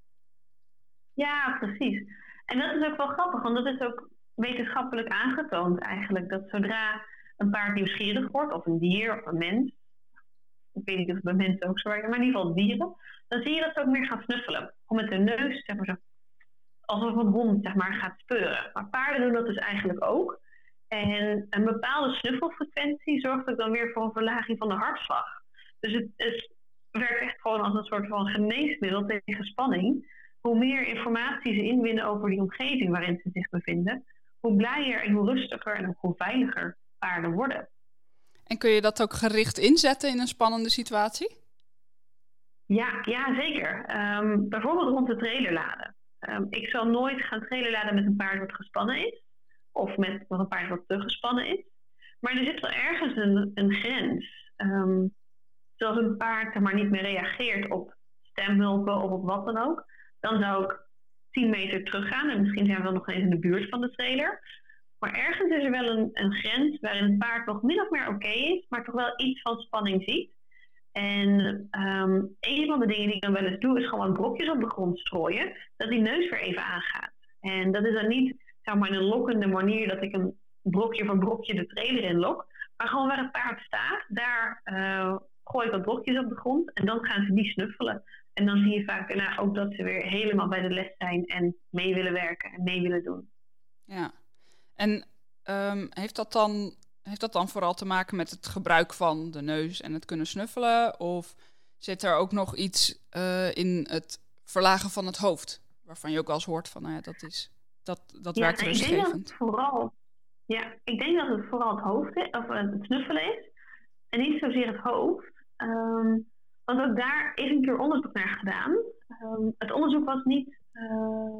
[SPEAKER 2] Ja, precies. En dat is ook wel grappig, want dat is ook wetenschappelijk aangetoond eigenlijk. Dat zodra een paard nieuwsgierig wordt, of een dier, of een mens, ik weet niet of het bij mensen ook zo werkt, maar in ieder geval dieren, dan zie je dat ze ook meer gaan snuffelen. Gewoon met de neus, zeg maar zo, alsof een hond, zeg maar, gaat speuren. Maar paarden doen dat dus eigenlijk ook. En een bepaalde snuffelfrequentie zorgt ook dan weer voor een verlaging van de hartslag. Dus het, het werkt echt gewoon als een soort van geneesmiddel tegen spanning. Hoe meer informatie ze inwinnen over die omgeving waarin ze zich bevinden, hoe blijer en hoe rustiger en ook hoe veiliger paarden worden.
[SPEAKER 1] En kun je dat ook gericht inzetten in een spannende situatie?
[SPEAKER 2] Ja, ja zeker. Um, bijvoorbeeld rond de trailerladen. Um, ik zal nooit gaan trailerladen met een paard wat gespannen is. Of met een paard wat te gespannen is. Maar er zit wel ergens een, een grens. Um, zoals een paard maar niet meer reageert op stemhulpen of op wat dan ook. Dan zou ik tien meter teruggaan. En misschien zijn we dan nog eens in de buurt van de trailer. Maar ergens is er wel een, een grens waarin het paard nog min of meer oké is. Maar toch wel iets van spanning ziet. En um, een van de dingen die ik dan wel eens doe, is gewoon brokjes op de grond strooien, dat die neus weer even aangaat. En dat is dan niet, zeg maar, in een lokkende manier dat ik een brokje voor brokje de trailer in lok, maar gewoon waar het paard staat, daar uh, gooi ik wat brokjes op de grond en dan gaan ze die snuffelen. En dan zie je vaak daarna ook dat ze weer helemaal bij de les zijn en mee willen werken en mee willen doen.
[SPEAKER 1] Ja, en um, heeft dat dan... Heeft dat dan vooral te maken met het gebruik van de neus en het kunnen snuffelen? Of zit er ook nog iets uh, in het verlagen van het hoofd? Waarvan je ook wel eens hoort van, nou ja, dat, is, dat, dat
[SPEAKER 2] ja,
[SPEAKER 1] werkt rustgevend.
[SPEAKER 2] Ik denk dat het vooral, ja, ik denk dat het vooral het hoofd is, of het snuffelen is. En niet zozeer het hoofd. Um, want ook daar is een keer onderzoek naar gedaan. Um, het onderzoek was niet... Uh,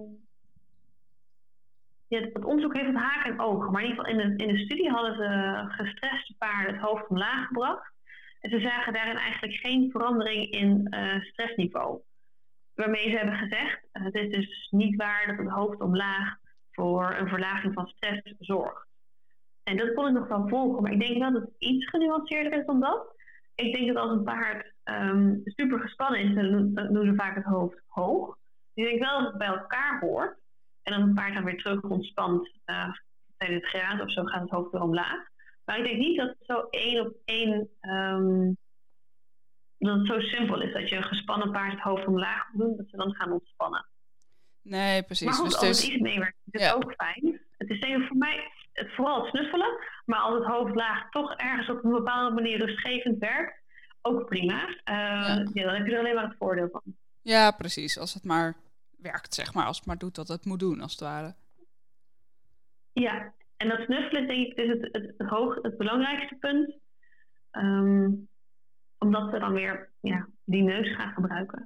[SPEAKER 2] Ja, het onderzoek heeft het haak en ogen, maar in ieder geval in de, in de studie hadden ze gestreste paarden het hoofd omlaag gebracht. En ze zagen daarin eigenlijk geen verandering in uh, stressniveau. Waarmee ze hebben gezegd, uh, het is dus niet waar dat het hoofd omlaag voor een verlaging van stress zorgt. En dat kon ik nog wel volgen, maar ik denk wel dat het iets genuanceerder is dan dat. Ik denk dat als een paard um, super gespannen is, dan doen ze vaak het hoofd hoog. Dus ik denk wel dat het bij elkaar hoort. En dan een paard dan weer terug ontspant uh, tijdens het grazen of zo gaat het hoofd weer omlaag. Maar ik denk niet dat het zo één op één, um, dat het zo simpel is dat je een gespannen paard het hoofd omlaag moet doen, dat ze dan gaan ontspannen.
[SPEAKER 1] Nee, precies.
[SPEAKER 2] Maar goed,
[SPEAKER 1] dus
[SPEAKER 2] als
[SPEAKER 1] het
[SPEAKER 2] het
[SPEAKER 1] is...
[SPEAKER 2] iets meewerkt, is het
[SPEAKER 1] ja.
[SPEAKER 2] ook fijn. Het is denk ik voor mij het, vooral het snuffelen, maar als het hoofd laag toch ergens op een bepaalde manier rustgevend werkt, ook prima. Uh, ja. Ja, dan heb je er alleen maar het voordeel van.
[SPEAKER 1] Ja, precies. Als het maar werkt, zeg maar. Als het maar doet wat het moet doen, als het ware.
[SPEAKER 2] Ja, en dat snuffelen denk ik dus het, het, het, hoog, het belangrijkste punt. Um, omdat we dan weer ja, die neus gaan gebruiken.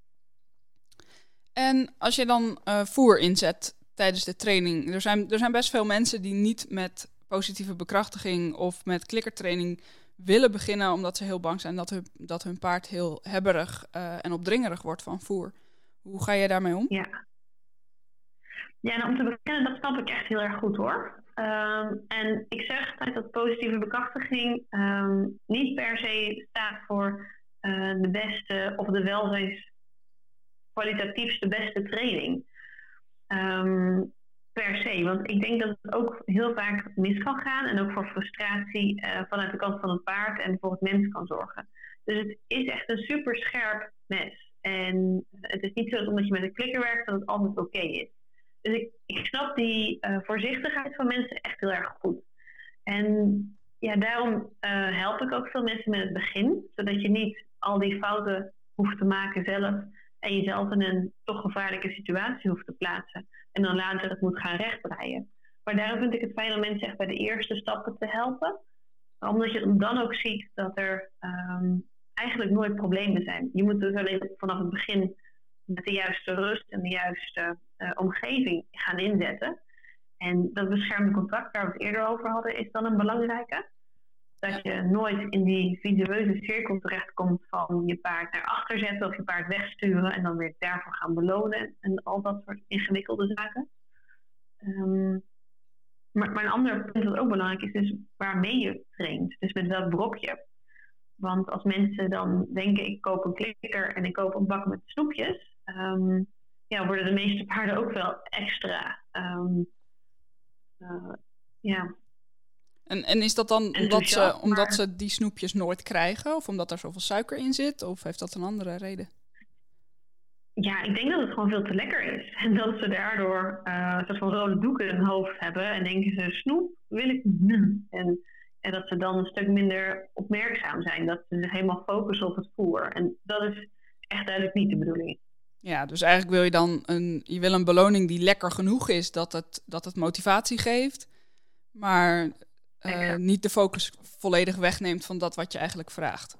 [SPEAKER 1] En als je dan uh, voer inzet tijdens de training. Er zijn, er zijn best veel mensen die niet met positieve bekrachtiging of met klikkertraining willen beginnen, omdat ze heel bang zijn dat hun, dat hun paard heel hebberig uh, en opdringerig wordt van voer. Hoe ga je daarmee om?
[SPEAKER 2] Ja. Ja, nou, om te beginnen, dat snap ik echt heel erg goed hoor. Um, en ik zeg altijd dat positieve bekrachtiging um, niet per se staat voor uh, de beste of de welzijns kwalitatiefste beste training. Um, per se, want ik denk dat het ook heel vaak mis kan gaan en ook voor frustratie uh, vanuit de kant van het paard en voor het mens kan zorgen. Dus het is echt een super scherp mes. En het is niet zo dat omdat je met een klikker werkt dat het altijd oké okay is. Dus ik, ik snap die uh, voorzichtigheid van mensen echt heel erg goed. En ja, daarom uh, help ik ook veel mensen met het begin. Zodat je niet al die fouten hoeft te maken zelf. En jezelf in een toch gevaarlijke situatie hoeft te plaatsen. en dan later het moet gaan rechtbreien. Maar daarom vind ik het fijn om mensen echt bij de eerste stappen te helpen. Omdat je dan ook ziet dat er um, eigenlijk nooit problemen zijn. Je moet dus alleen vanaf het begin met de juiste rust en de juiste uh, omgeving gaan inzetten. En dat beschermde contact, waar we het eerder over hadden, is dan een belangrijke. Dat je nooit in die visueuze cirkel terechtkomt van je paard naar achter zetten of je paard wegsturen en dan weer daarvoor gaan belonen en al dat soort ingewikkelde zaken. Um, maar, maar een ander punt dat ook belangrijk is, is waarmee je traint. Dus met welk brokje. Want als mensen dan denken, ik koop een klikker en ik koop een bak met snoepjes, um, ja, worden de meeste paarden ook wel extra. Um, uh, ja.
[SPEAKER 1] En, en is dat dan omdat ze, omdat ze die snoepjes nooit krijgen? Of omdat er zoveel suiker in zit? Of heeft dat een andere reden?
[SPEAKER 2] Ja, ik denk dat het gewoon veel te lekker is. En dat ze daardoor uh, een soort van rode doeken in hun hoofd hebben. En denken ze, snoep wil ik nu. En, en dat ze dan een stuk minder opmerkzaam zijn. Dat ze zich helemaal focussen op het voer. En dat is echt duidelijk niet de bedoeling.
[SPEAKER 1] Ja, dus eigenlijk wil je dan een, je wil een beloning die lekker genoeg is. Dat het, dat het motivatie geeft. Maar uh, niet de focus volledig wegneemt van dat wat je eigenlijk vraagt.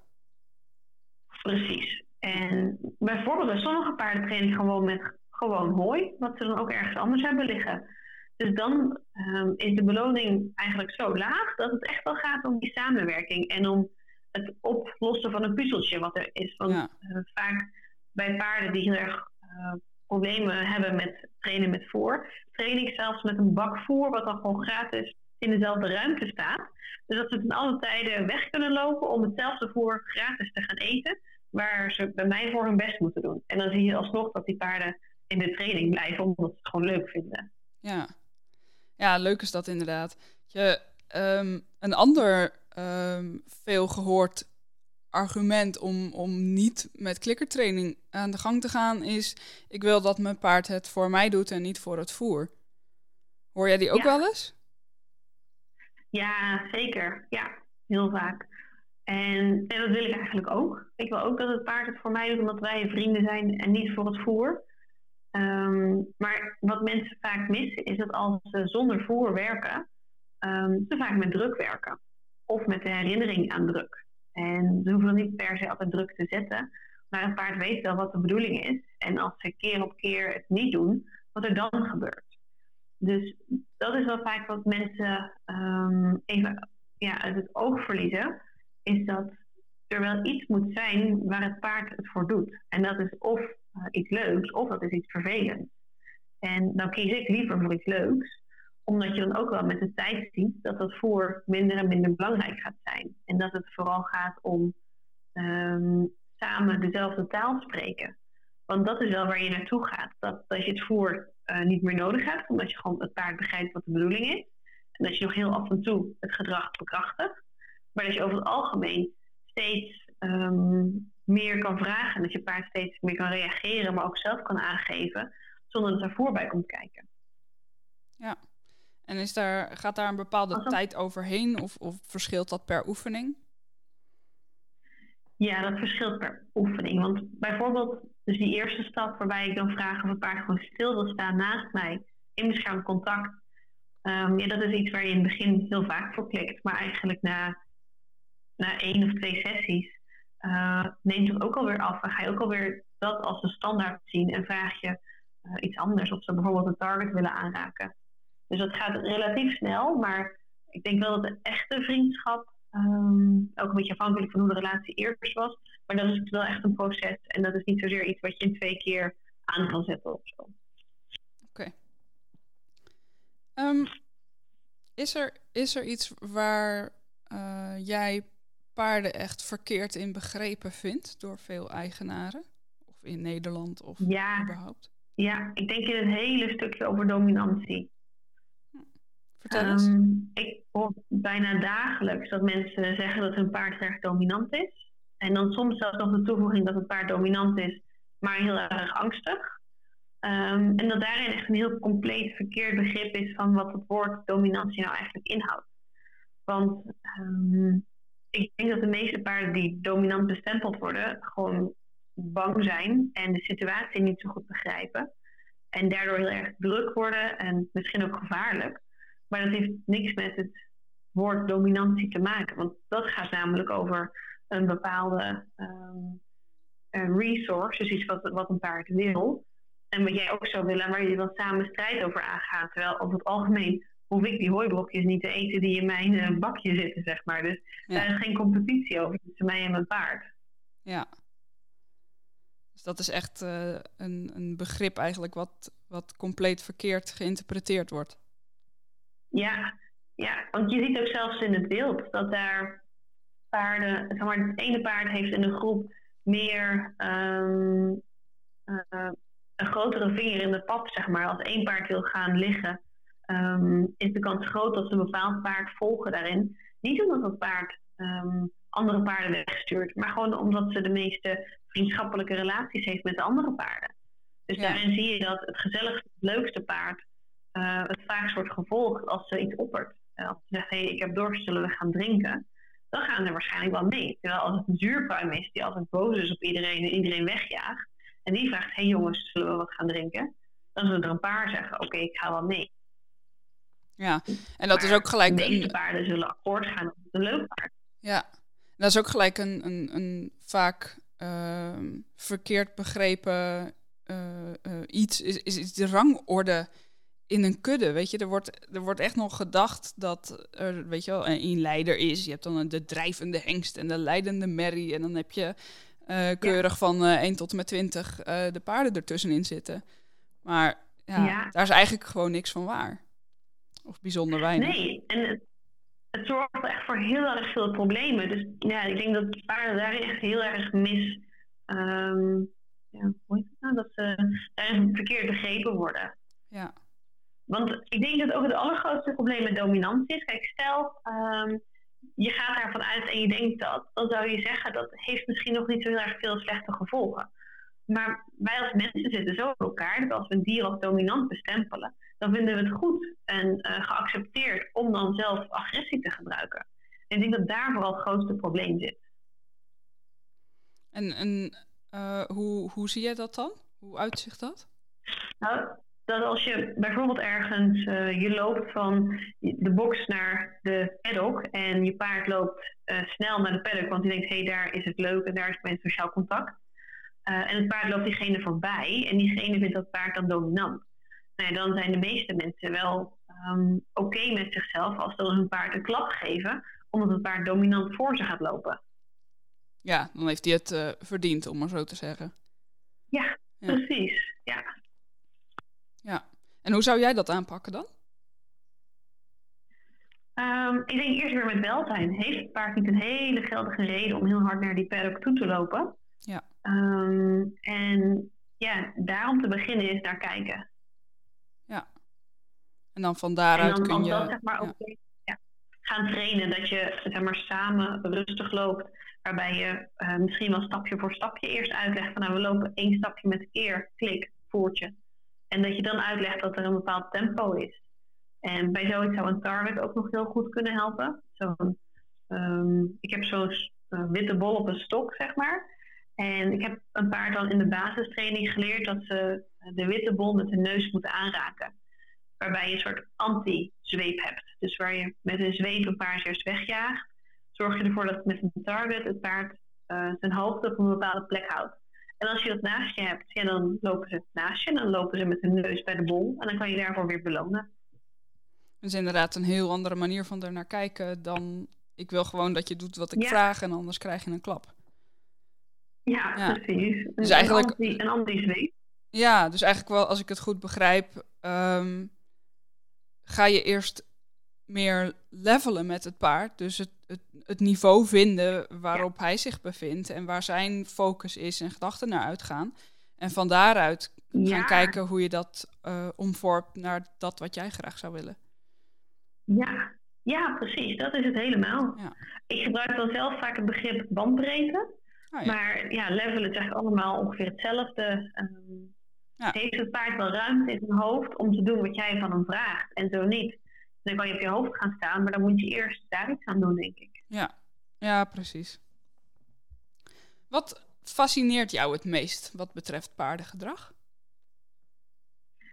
[SPEAKER 2] Precies. En bijvoorbeeld bij sommige paarden train ik gewoon met gewoon hooi, wat ze dan ook ergens anders hebben liggen. Dus dan um, is de beloning eigenlijk zo laag dat het echt wel gaat om die samenwerking en om het oplossen van een puzzeltje wat er is. Want ja. uh, vaak bij paarden die heel erg uh, problemen hebben met trainen met voer, train ik zelfs met een bak voer wat dan gewoon gratis in dezelfde ruimte staat. Dus dat ze ten alle tijden weg kunnen lopen om hetzelfde voer gratis te gaan eten, waar ze bij mij voor hun best moeten doen. En dan zie je alsnog dat die paarden in de training blijven, omdat ze het gewoon leuk vinden.
[SPEAKER 1] Ja, ja, leuk is dat inderdaad. Je, um, een ander um, veel gehoord argument om, om niet met klikkertraining aan de gang te gaan is, ik wil dat mijn paard het voor mij doet en niet voor het voer. Hoor jij die ook ja. wel eens?
[SPEAKER 2] Ja, zeker. Ja, heel vaak. En, en dat wil ik eigenlijk ook. Ik wil ook dat het paard het voor mij doet omdat wij vrienden zijn en niet voor het voer. Um, maar wat mensen vaak missen is dat als ze zonder voer werken, um, ze vaak met druk werken. Of met de herinnering aan druk. En ze hoeven niet per se altijd druk te zetten. Maar het paard weet wel wat de bedoeling is. En als ze keer op keer het niet doen, wat er dan gebeurt. Dus dat is wel vaak wat mensen um, even ja, uit het oog verliezen. Is dat er wel iets moet zijn waar het paard het voor doet. En dat is of uh, iets leuks, of dat is iets vervelends. En dan kies ik liever voor iets leuks. Omdat je dan ook wel met de tijd ziet dat dat voer minder en minder belangrijk gaat zijn. En dat het vooral gaat om um, samen dezelfde taal spreken. Want dat is wel waar je naartoe gaat. Dat, dat je het voer uh, niet meer nodig hebt. Omdat je gewoon het paard begrijpt wat de bedoeling is. En dat je nog heel af en toe het gedrag bekrachtigt. Maar dat je over het algemeen steeds um, meer kan vragen. En dat je paard steeds meer kan reageren, maar ook zelf kan aangeven. Zonder dat er voer bij komt kijken.
[SPEAKER 1] Ja. En is daar, gaat daar een bepaalde dat... tijd overheen? Of, of verschilt dat per oefening?
[SPEAKER 2] Ja, dat verschilt per oefening. Want bijvoorbeeld, dus die eerste stap waarbij ik dan vraag of het paard gewoon stil wil staan naast mij. In beschermd contact. Um, ja, dat is iets waar je in het begin heel vaak voor klikt. Maar eigenlijk na, na één of twee sessies uh, neemt het ook alweer af. En ga je ook alweer dat als een standaard zien. En vraag je uh, iets anders. Of ze bijvoorbeeld een target willen aanraken. Dus dat gaat relatief snel. Maar ik denk wel dat de echte vriendschap um, ook een beetje afhankelijk van hoe de relatie eerst was. Maar dat is wel echt een proces. En dat is niet zozeer iets wat je in twee keer aan kan zetten of zo.
[SPEAKER 1] Oké. Okay. Um, is, er, is er iets waar uh, jij paarden echt verkeerd in begrepen vindt door veel eigenaren? Of in Nederland of
[SPEAKER 2] ja.
[SPEAKER 1] überhaupt?
[SPEAKER 2] Ja, ik denk in het hele stukje over dominantie.
[SPEAKER 1] Vertel eens.
[SPEAKER 2] Um, ik hoor bijna dagelijks dat mensen zeggen dat hun paard erg dominant is. En dan soms zelfs nog de toevoeging dat het paard dominant is, maar heel erg angstig. Um, en dat daarin echt een heel compleet verkeerd begrip is van wat het woord dominantie nou eigenlijk inhoudt. Want um, ik denk dat de meeste paarden die dominant bestempeld worden, gewoon bang zijn en de situatie niet zo goed begrijpen. en daardoor heel erg druk worden en misschien ook gevaarlijk. Maar dat heeft niks met het woord dominantie te maken. Want dat gaat namelijk over een bepaalde um, een resource, dus iets wat, wat een paard wil. En wat jij ook zou willen, waar je dan samen strijd over aangaat. Terwijl over het algemeen hoef ik die hooiblokjes niet te eten die in mijn uh, bakje zitten, zeg maar. Dus ja. Daar is geen competitie over tussen mij en mijn paard.
[SPEAKER 1] Ja. Dus dat is echt uh, een, een begrip eigenlijk wat, wat compleet verkeerd geïnterpreteerd wordt.
[SPEAKER 2] Ja, ja, want je ziet ook zelfs in het wild dat daar paarden, zeg maar, het ene paard heeft in de groep meer um, uh, een grotere vinger in de pap, zeg maar. Als één paard wil gaan liggen, um, is de kans groot dat ze een bepaald paard volgen daarin. Niet omdat dat paard um, andere paarden wegstuurt, maar gewoon omdat ze de meeste vriendschappelijke relaties heeft met de andere paarden. Dus ja. Daarin zie je dat het gezelligste, het leukste paard uh, het vaakst wordt gevolgd als ze iets oppert. Uh, als ze zegt, hé, hey, ik heb dorst, zullen we gaan drinken? Dan gaan ze waarschijnlijk wel mee. Terwijl als het een zuurpruim is die altijd boos is op iedereen en iedereen wegjaagt, en die vraagt, hé hey jongens, zullen we wat gaan drinken? Dan zullen er een paar zeggen, oké, okay, ik ga wel mee.
[SPEAKER 1] Ja, en dat maar is ook gelijk...
[SPEAKER 2] de meeste paarden zullen akkoord gaan op een leuk paard.
[SPEAKER 1] Ja, dat is ook gelijk een, een, een vaak uh, verkeerd begrepen uh, uh, iets, is, is, is de rangorde in een kudde, weet je. Er wordt, er wordt echt nog gedacht dat er, weet je wel, een leider is. Je hebt dan de drijvende hengst en de leidende merrie. En dan heb je uh, keurig ja. van uh, één tot en met twintig uh, de paarden ertussenin zitten. Maar ja, ja, daar is eigenlijk gewoon niks van waar. Of bijzonder weinig.
[SPEAKER 2] Nee, en het, het zorgt echt voor heel erg veel problemen. Dus ja, ik denk dat paarden daarin echt heel erg mis... Um, ja, hoe heet het nou? Dat ze daarin verkeerd begrepen worden.
[SPEAKER 1] Ja.
[SPEAKER 2] Want ik denk dat ook het allergrootste probleem met dominantie is. Kijk, stel, um, je gaat daarvan uit en je denkt dat. Dan zou je zeggen, dat heeft misschien nog niet zo heel erg veel slechte gevolgen. Maar wij als mensen zitten zo in elkaar, dat als we een dier als dominant bestempelen, dan vinden we het goed en uh, geaccepteerd om dan zelf agressie te gebruiken. En ik denk dat daar vooral het grootste probleem zit.
[SPEAKER 1] En, en uh, hoe, hoe zie jij dat dan? Hoe uitzicht dat?
[SPEAKER 2] Nou, dat als je bijvoorbeeld ergens, uh, je loopt van de box naar de paddock en je paard loopt uh, snel naar de paddock, want die denkt, hé, hey, daar is het leuk en daar is mijn sociaal contact. Uh, en het paard loopt diegene voorbij en diegene vindt dat paard dan dominant. Nou ja, dan zijn de meeste mensen wel um, oké okay met zichzelf als ze hun paard een klap geven, omdat het paard dominant voor ze gaat lopen.
[SPEAKER 1] Ja, dan heeft hij het uh, verdiend, om maar zo te zeggen.
[SPEAKER 2] Ja, ja. Precies. Ja.
[SPEAKER 1] Ja. En hoe zou jij dat aanpakken dan?
[SPEAKER 2] Um, ik denk eerst weer met welzijn. Heeft het paard niet een hele geldige reden om heel hard naar die paddock toe te lopen?
[SPEAKER 1] Ja.
[SPEAKER 2] Um, en ja, daarom te beginnen is naar kijken.
[SPEAKER 1] Ja. En dan van daaruit
[SPEAKER 2] en dan,
[SPEAKER 1] kun je...
[SPEAKER 2] Dat, zeg maar, ook ja. Ja, gaan trainen, dat je zeg maar, samen rustig loopt, waarbij je uh, misschien wel stapje voor stapje eerst uitlegt van nou, we lopen één stapje met keer, klik, voertje. En dat je dan uitlegt dat er een bepaald tempo is. En bij zoiets zou een target ook nog heel goed kunnen helpen. Zo'n, um, ik heb zo'n uh, witte bol op een stok, zeg maar. En ik heb een paard dan in de basistraining geleerd dat ze de witte bol met de neus moeten aanraken. Waarbij je een soort anti-zweep hebt. Dus waar je met een zweep een paard eerst wegjaagt, zorg je ervoor dat met een target het paard uh, zijn hoofd op een bepaalde plek houdt. En als je dat naast je hebt, ja, dan lopen ze naast je en dan lopen ze met hun neus bij de bol. En dan kan je daarvoor weer belonen.
[SPEAKER 1] Dat is inderdaad een heel andere manier van er naar kijken dan ik wil gewoon dat je doet wat ik
[SPEAKER 2] ja.
[SPEAKER 1] vraag en anders krijg je een klap.
[SPEAKER 2] Ja, ja. precies.
[SPEAKER 1] Dus
[SPEAKER 2] een
[SPEAKER 1] eigenlijk,
[SPEAKER 2] anti, een anti-zweep.
[SPEAKER 1] Ja, dus eigenlijk wel, als ik het goed begrijp, um, ga je eerst meer levelen met het paard. Dus het, het, het niveau vinden waarop ja. hij zich bevindt en waar zijn focus is en gedachten naar uitgaan. En van daaruit gaan
[SPEAKER 2] ja.
[SPEAKER 1] kijken hoe je dat uh, omvormt naar dat wat jij graag zou willen.
[SPEAKER 2] Ja, ja precies. Dat is het helemaal. Ja. Ik gebruik dan zelf vaak het begrip bandbreedte. Oh, ja. Maar ja, levelen is eigenlijk allemaal ongeveer hetzelfde. Um, ja. Heeft het paard wel ruimte in zijn hoofd om te doen wat jij van hem vraagt? En zo niet. Dan kan je op je hoofd gaan staan, maar dan moet je eerst daar iets aan doen, denk ik.
[SPEAKER 1] Ja, ja precies. Wat fascineert jou het meest wat betreft paardengedrag?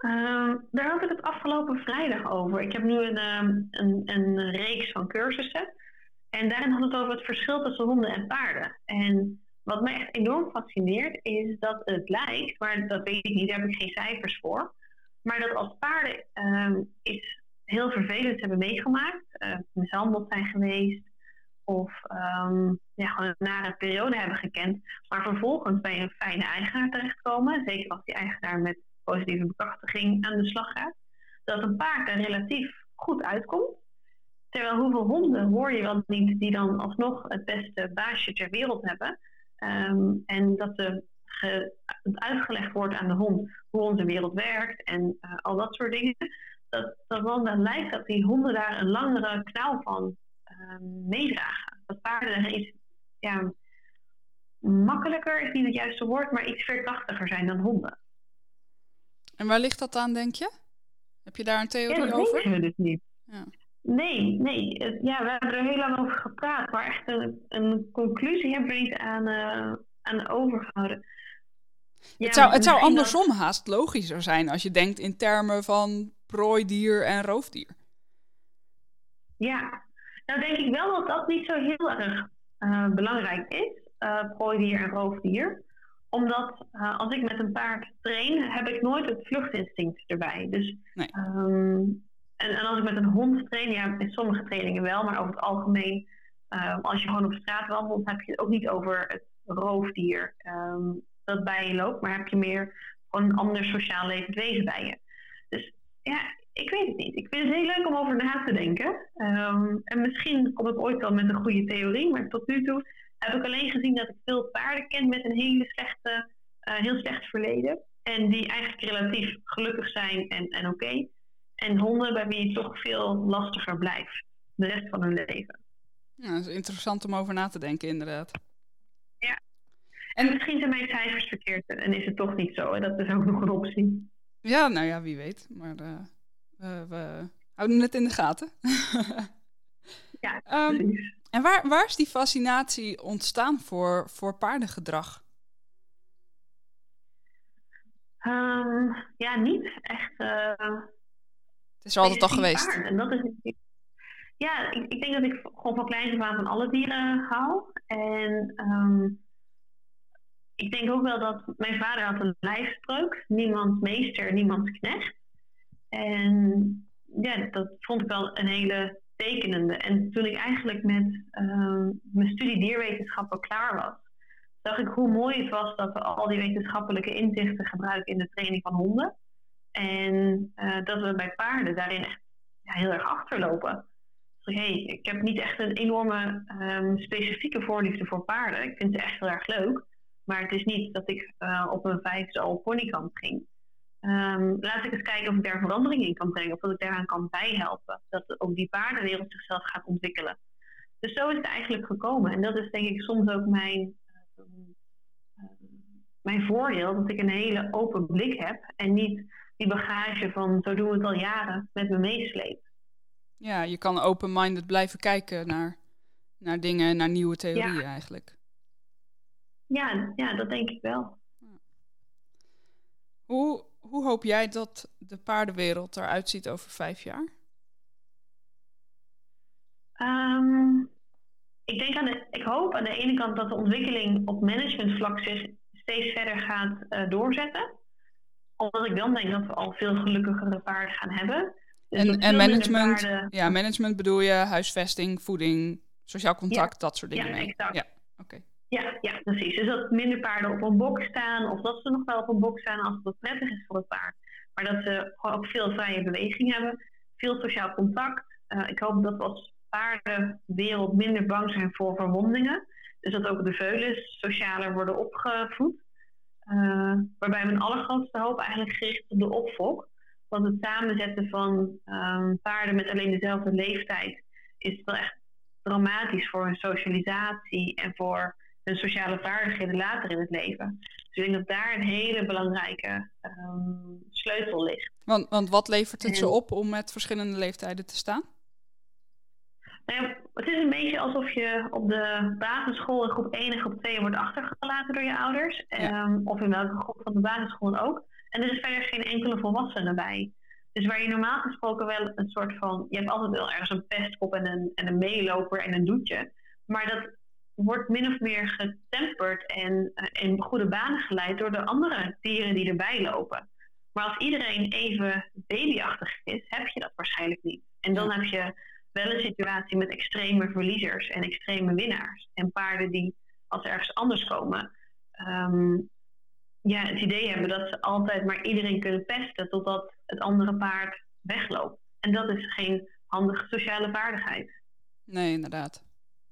[SPEAKER 2] Uh, daar had ik het afgelopen vrijdag over. Ik heb nu een, um, een, een reeks van cursussen. En daarin had het over het verschil tussen honden en paarden. En wat mij echt enorm fascineert is dat het lijkt, maar dat weet ik niet, daar heb ik geen cijfers voor. Maar dat als paarden um, iets heel vervelends hebben meegemaakt, uh, mishandeld zijn geweest of um, ja, gewoon een nare periode hebben gekend, maar vervolgens bij een fijne eigenaar terechtkomen, zeker als die eigenaar met positieve bekrachtiging aan de slag gaat, dat een paard er relatief goed uitkomt. Terwijl hoeveel honden hoor je wel niet die dan alsnog het beste baasje ter wereld hebben. Um, en dat de ge, het uitgelegd wordt aan de hond hoe onze wereld werkt en uh, al dat soort dingen. Dat, dat dan, dan lijkt dat die honden daar een langere knauw van uh, meedragen. Dat paarden er iets ja, makkelijker, is niet het juiste woord, maar iets veerkrachtiger zijn dan honden.
[SPEAKER 1] En waar ligt dat aan, denk je? Heb je daar een theorie
[SPEAKER 2] ja, dat
[SPEAKER 1] over?
[SPEAKER 2] Dat weten we dus niet.
[SPEAKER 1] Ja.
[SPEAKER 2] Nee, nee. Ja, we hebben er heel lang over gepraat, maar echt een, een conclusie hebben we niet aan, uh, aan overgehouden. Ja,
[SPEAKER 1] het zou, het zou andersom
[SPEAKER 2] dat...
[SPEAKER 1] haast logischer zijn als je denkt in termen van prooidier en roofdier.
[SPEAKER 2] Ja, nou denk ik wel dat dat niet zo heel erg uh, belangrijk is, uh, prooidier en roofdier. Omdat uh, als ik met een paard train, heb ik nooit het vluchtinstinct erbij. Dus,
[SPEAKER 1] nee.
[SPEAKER 2] um, en, en als ik met een hond train, ja, in sommige trainingen wel, maar over het algemeen, uh, als je gewoon op straat wandelt, heb je het ook niet over het roofdier um, dat bij je loopt, maar heb je meer gewoon een ander sociaal levend wezen bij je. Dus ja, ik weet het niet. Ik vind het heel leuk om over na te denken. Um, en misschien kom ik ooit wel met een goede theorie, maar tot nu toe heb ik alleen gezien dat ik veel paarden ken met een hele slechte, uh, heel slecht verleden. En die eigenlijk relatief gelukkig zijn en, en oké. Okay. En honden bij wie het toch veel lastiger blijft. De rest van hun leven.
[SPEAKER 1] Ja, dat is interessant om over na te denken, inderdaad.
[SPEAKER 2] Ja. En misschien zijn mijn cijfers verkeerd en is het toch niet zo. En dat is ook nog een optie.
[SPEAKER 1] Ja, nou ja, wie weet. Maar uh, we, we houden het in de gaten.
[SPEAKER 2] Ja,
[SPEAKER 1] um,
[SPEAKER 2] precies.
[SPEAKER 1] En waar, waar is die fascinatie ontstaan voor, voor paardengedrag?
[SPEAKER 2] Um, ja, niet echt. Uh,
[SPEAKER 1] het is er altijd al geweest.
[SPEAKER 2] Paard. En dat is, ja, ik, ik denk dat ik gewoon van kleins af aan van alle dieren hou. En um, ik denk ook wel dat mijn vader had een lijfspreuk. Niemand meester, niemand knecht. En ja, dat vond ik wel een hele tekenende. En toen ik eigenlijk met um, mijn studie dierwetenschappen klaar was, zag ik hoe mooi het was dat we al die wetenschappelijke inzichten gebruiken in de training van honden. En uh, dat we bij paarden daarin echt ja, heel erg achterlopen. Dus hey, ik heb niet echt een enorme um, specifieke voorliefde voor paarden. Ik vind ze echt heel erg leuk. Maar het is niet dat ik uh, op een vijfde al ponykamp ging. Um, laat ik eens kijken of ik daar verandering in kan brengen. Of dat ik daaraan kan bijhelpen. Dat ook die paardenwereld zichzelf gaat ontwikkelen. Dus zo is het eigenlijk gekomen. En dat is denk ik soms ook mijn, uh, uh, mijn voordeel. Dat ik een hele open blik heb. En niet die bagage van zo doen we het al jaren met me meesleep.
[SPEAKER 1] Ja, je kan open-minded blijven kijken naar, naar dingen, naar nieuwe theorieën ja. eigenlijk.
[SPEAKER 2] Ja, ja, dat denk ik wel.
[SPEAKER 1] Hoe, hoe hoop jij dat de paardenwereld eruit ziet over vijf jaar?
[SPEAKER 2] Um, ik, denk aan de, ik hoop aan de ene kant dat de ontwikkeling op managementvlak zich steeds verder gaat uh, doorzetten. Omdat ik dan denk dat we al veel gelukkigere paarden gaan hebben. Dus
[SPEAKER 1] en en management,
[SPEAKER 2] paarden...
[SPEAKER 1] ja, management bedoel je huisvesting, voeding, sociaal contact, ja. dat soort dingen.
[SPEAKER 2] Ja, exact.
[SPEAKER 1] Ja, okay.
[SPEAKER 2] ja, ja, precies. Dus dat minder paarden op een bok staan of dat ze nog wel op een bok staan als het wat prettig is voor het paard. Maar dat ze gewoon ook veel vrije beweging hebben, veel sociaal contact. Uh, ik hoop dat we als paardenwereld minder bang zijn voor verwondingen. Dus dat ook de veulens socialer worden opgevoed. Uh, waarbij mijn allergrootste hoop eigenlijk gericht op de opfok. Want het samenzetten van um, paarden met alleen dezelfde leeftijd is wel echt dramatisch voor hun socialisatie en voor hun sociale vaardigheden later in het leven. Dus ik denk dat daar een hele belangrijke um, sleutel ligt.
[SPEAKER 1] Want, want wat levert het en... ze op om met verschillende leeftijden te staan?
[SPEAKER 2] Nou ja, het is een beetje alsof je op de basisschool in groep één en groep twee wordt achtergelaten door je ouders. Ja. Um, of in welke groep van de basisschool ook. En er is verder geen enkele volwassene bij. Dus waar je normaal gesproken wel een soort van... Je hebt altijd wel ergens een pestkop en een, en een meeloper en een doetje. Maar dat wordt min of meer getemperd en uh, in goede banen geleid door de andere dieren die erbij lopen. Maar als iedereen even babyachtig is, heb je dat waarschijnlijk niet. En dan heb je wel een situatie met extreme verliezers en extreme winnaars. En paarden die, als ze ergens anders komen, um, ja, het idee hebben dat ze altijd maar iedereen kunnen pesten totdat het andere paard wegloopt. En dat is geen handige sociale vaardigheid.
[SPEAKER 1] Nee, inderdaad.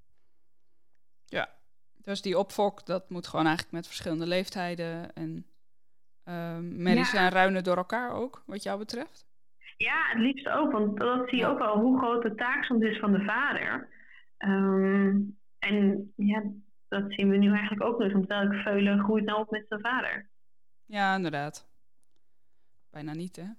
[SPEAKER 1] Ja, dus die opfok, dat moet gewoon eigenlijk met verschillende leeftijden en uh, merries en ruinen door elkaar ook, wat jou betreft?
[SPEAKER 2] Ja, het liefst ook, want dat zie je ook wel hoe groot de taak soms is van de vader. Um, en ja, dat zien we nu eigenlijk ook dus, want welke veulen groeit nou op met zijn vader?
[SPEAKER 1] Ja, inderdaad. Bijna niet, hè?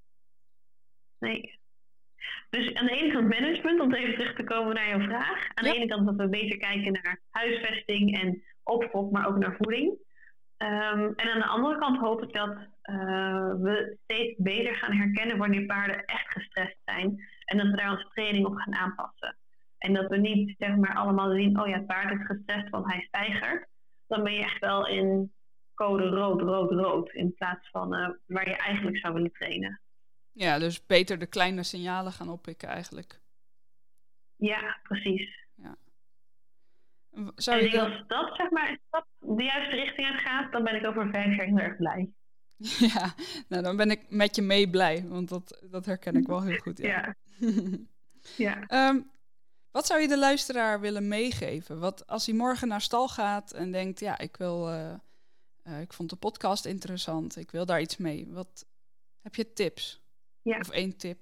[SPEAKER 2] Nee. Dus aan de ene kant management, om even terug te komen naar jouw vraag. Aan ja. de ene kant dat we beter kijken naar huisvesting en opfok, maar ook naar voeding. Um, en aan de andere kant hoop ik dat uh, we steeds beter gaan herkennen wanneer paarden echt gestrest zijn. En dat we daar onze training op gaan aanpassen. En dat we niet zeg maar allemaal zien, oh ja, het paard is gestrest, want hij stijgert. Dan ben je echt wel in code rood, rood, rood. In plaats van uh, waar je eigenlijk zou willen trainen.
[SPEAKER 1] Ja, dus beter de kleine signalen gaan oppikken eigenlijk.
[SPEAKER 2] Ja, precies.
[SPEAKER 1] Ja.
[SPEAKER 2] Zou je en als dat, zeg maar, dat de juiste richting uit gaat, dan ben ik over vijf jaar heel erg blij.
[SPEAKER 1] Ja, nou dan ben ik met je mee blij, want dat, dat herken ik wel heel goed. Ja.
[SPEAKER 2] Ja. ja.
[SPEAKER 1] Um, wat zou je de luisteraar willen meegeven? Wat als hij morgen naar stal gaat en denkt, ja, ik wil, uh, uh, ik vond de podcast interessant, ik wil daar iets mee. Wat heb je tips?
[SPEAKER 2] Ja.
[SPEAKER 1] Of één tip?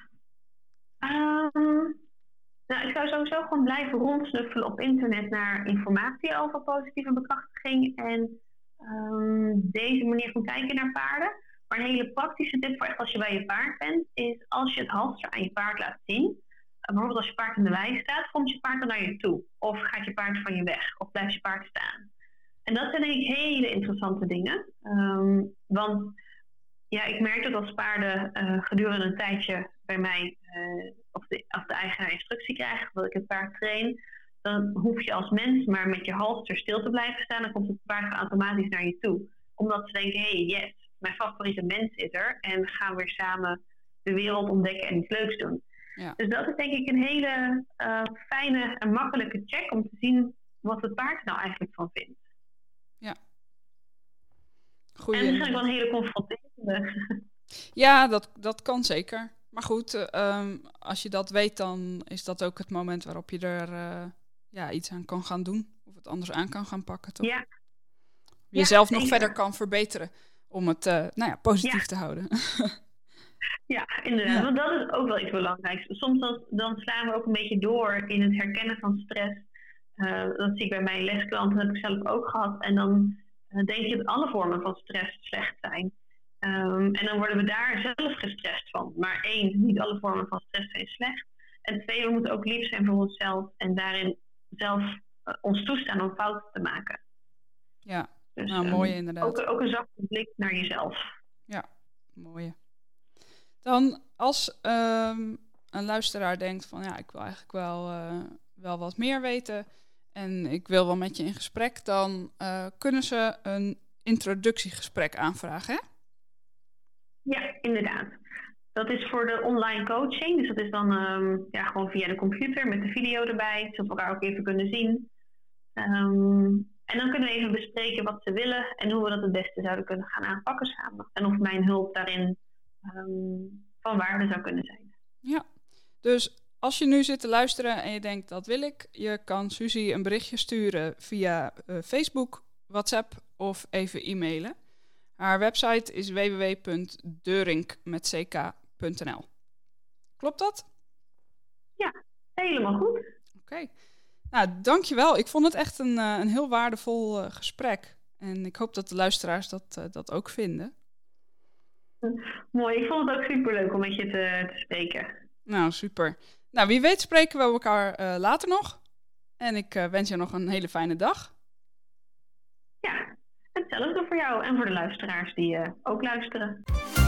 [SPEAKER 2] Um, nou, ik zou sowieso gewoon blijven rondsnuffelen op internet naar informatie over positieve bekrachtiging en um, deze manier van kijken naar paarden. Maar een hele praktische tip voor echt als je bij je paard bent, is als je het halster aan je paard laat zien. Uh, bijvoorbeeld als je paard in de wei staat, komt je paard dan naar je toe. Of gaat je paard van je weg, of blijft je paard staan. En dat zijn denk ik hele interessante dingen. Um, want ja, ik merk dat als paarden uh, gedurende een tijdje bij mij uh, of, de, of de eigenaar instructie krijgen, dat ik het paard train, dan hoef je als mens maar met je halster stil te blijven staan. Dan komt het paard automatisch naar je toe. Omdat ze denken, hé, hey, yes, mijn favoriete mens is er. En we gaan weer samen de wereld ontdekken en iets leuks doen. Ja. Dus dat is denk ik een hele uh, fijne en makkelijke check om te zien wat het paard nou eigenlijk van vindt.
[SPEAKER 1] Ja. Goeie.
[SPEAKER 2] En misschien wel een hele confronterende.
[SPEAKER 1] Ja, dat, dat kan zeker. Maar goed, uh, um, als je dat weet, dan is dat ook het moment waarop je er uh, ja, iets aan kan gaan doen. Of het anders aan kan gaan pakken, toch?
[SPEAKER 2] Ja.
[SPEAKER 1] Jezelf
[SPEAKER 2] ja,
[SPEAKER 1] nog
[SPEAKER 2] zeker.
[SPEAKER 1] verder kan verbeteren om het uh, nou ja, positief
[SPEAKER 2] ja.
[SPEAKER 1] te houden.
[SPEAKER 2] Ja, inderdaad. Ja. Want dat is ook wel iets belangrijks. Soms dan, dan slaan we ook een beetje door in het herkennen van stress. Uh, dat zie ik bij mijn lesklanten, dat heb ik zelf ook gehad. En dan uh, denk je dat alle vormen van stress slecht zijn. Um, en dan worden we daar zelf gestrest van. Maar één, niet alle vormen van stress zijn slecht. En twee, we moeten ook lief zijn voor onszelf. En daarin zelf uh, ons toestaan om fouten te maken.
[SPEAKER 1] Ja,
[SPEAKER 2] dus,
[SPEAKER 1] nou mooi um, inderdaad.
[SPEAKER 2] Ook, ook een zachte blik naar jezelf.
[SPEAKER 1] Ja, mooi. Dan als um, een luisteraar denkt van ja, ik wil eigenlijk wel, uh, wel wat meer weten. En ik wil wel met je in gesprek. Dan uh, kunnen ze een introductiegesprek aanvragen, hè?
[SPEAKER 2] Ja, inderdaad. Dat is voor de online coaching. Dus dat is dan um, ja, gewoon via de computer met de video erbij. Zodat we elkaar ook even kunnen zien. Um, en dan kunnen we even bespreken wat ze willen. En hoe we dat het beste zouden kunnen gaan aanpakken samen. En of mijn hulp daarin um, van waarde zou kunnen zijn.
[SPEAKER 1] Ja, dus als je nu zit te luisteren en je denkt dat wil ik. Je kan Suzy een berichtje sturen via uh, Facebook, WhatsApp of even e-mailen. Haar website is w w w punt deurink met c k punt n l. Klopt dat?
[SPEAKER 2] Ja, helemaal goed.
[SPEAKER 1] Oké. Okay. Nou, dankjewel. Ik vond het echt een, uh, een heel waardevol uh, gesprek. En ik hoop dat de luisteraars dat, uh, dat ook vinden.
[SPEAKER 2] Mooi. Ik vond het ook superleuk om met je te, te spreken.
[SPEAKER 1] Nou, super. Nou, wie weet spreken we elkaar uh, later nog. En ik uh, wens je nog een hele fijne dag.
[SPEAKER 2] Ja. Hetzelfde voor jou en voor de luisteraars die uh, ook luisteren.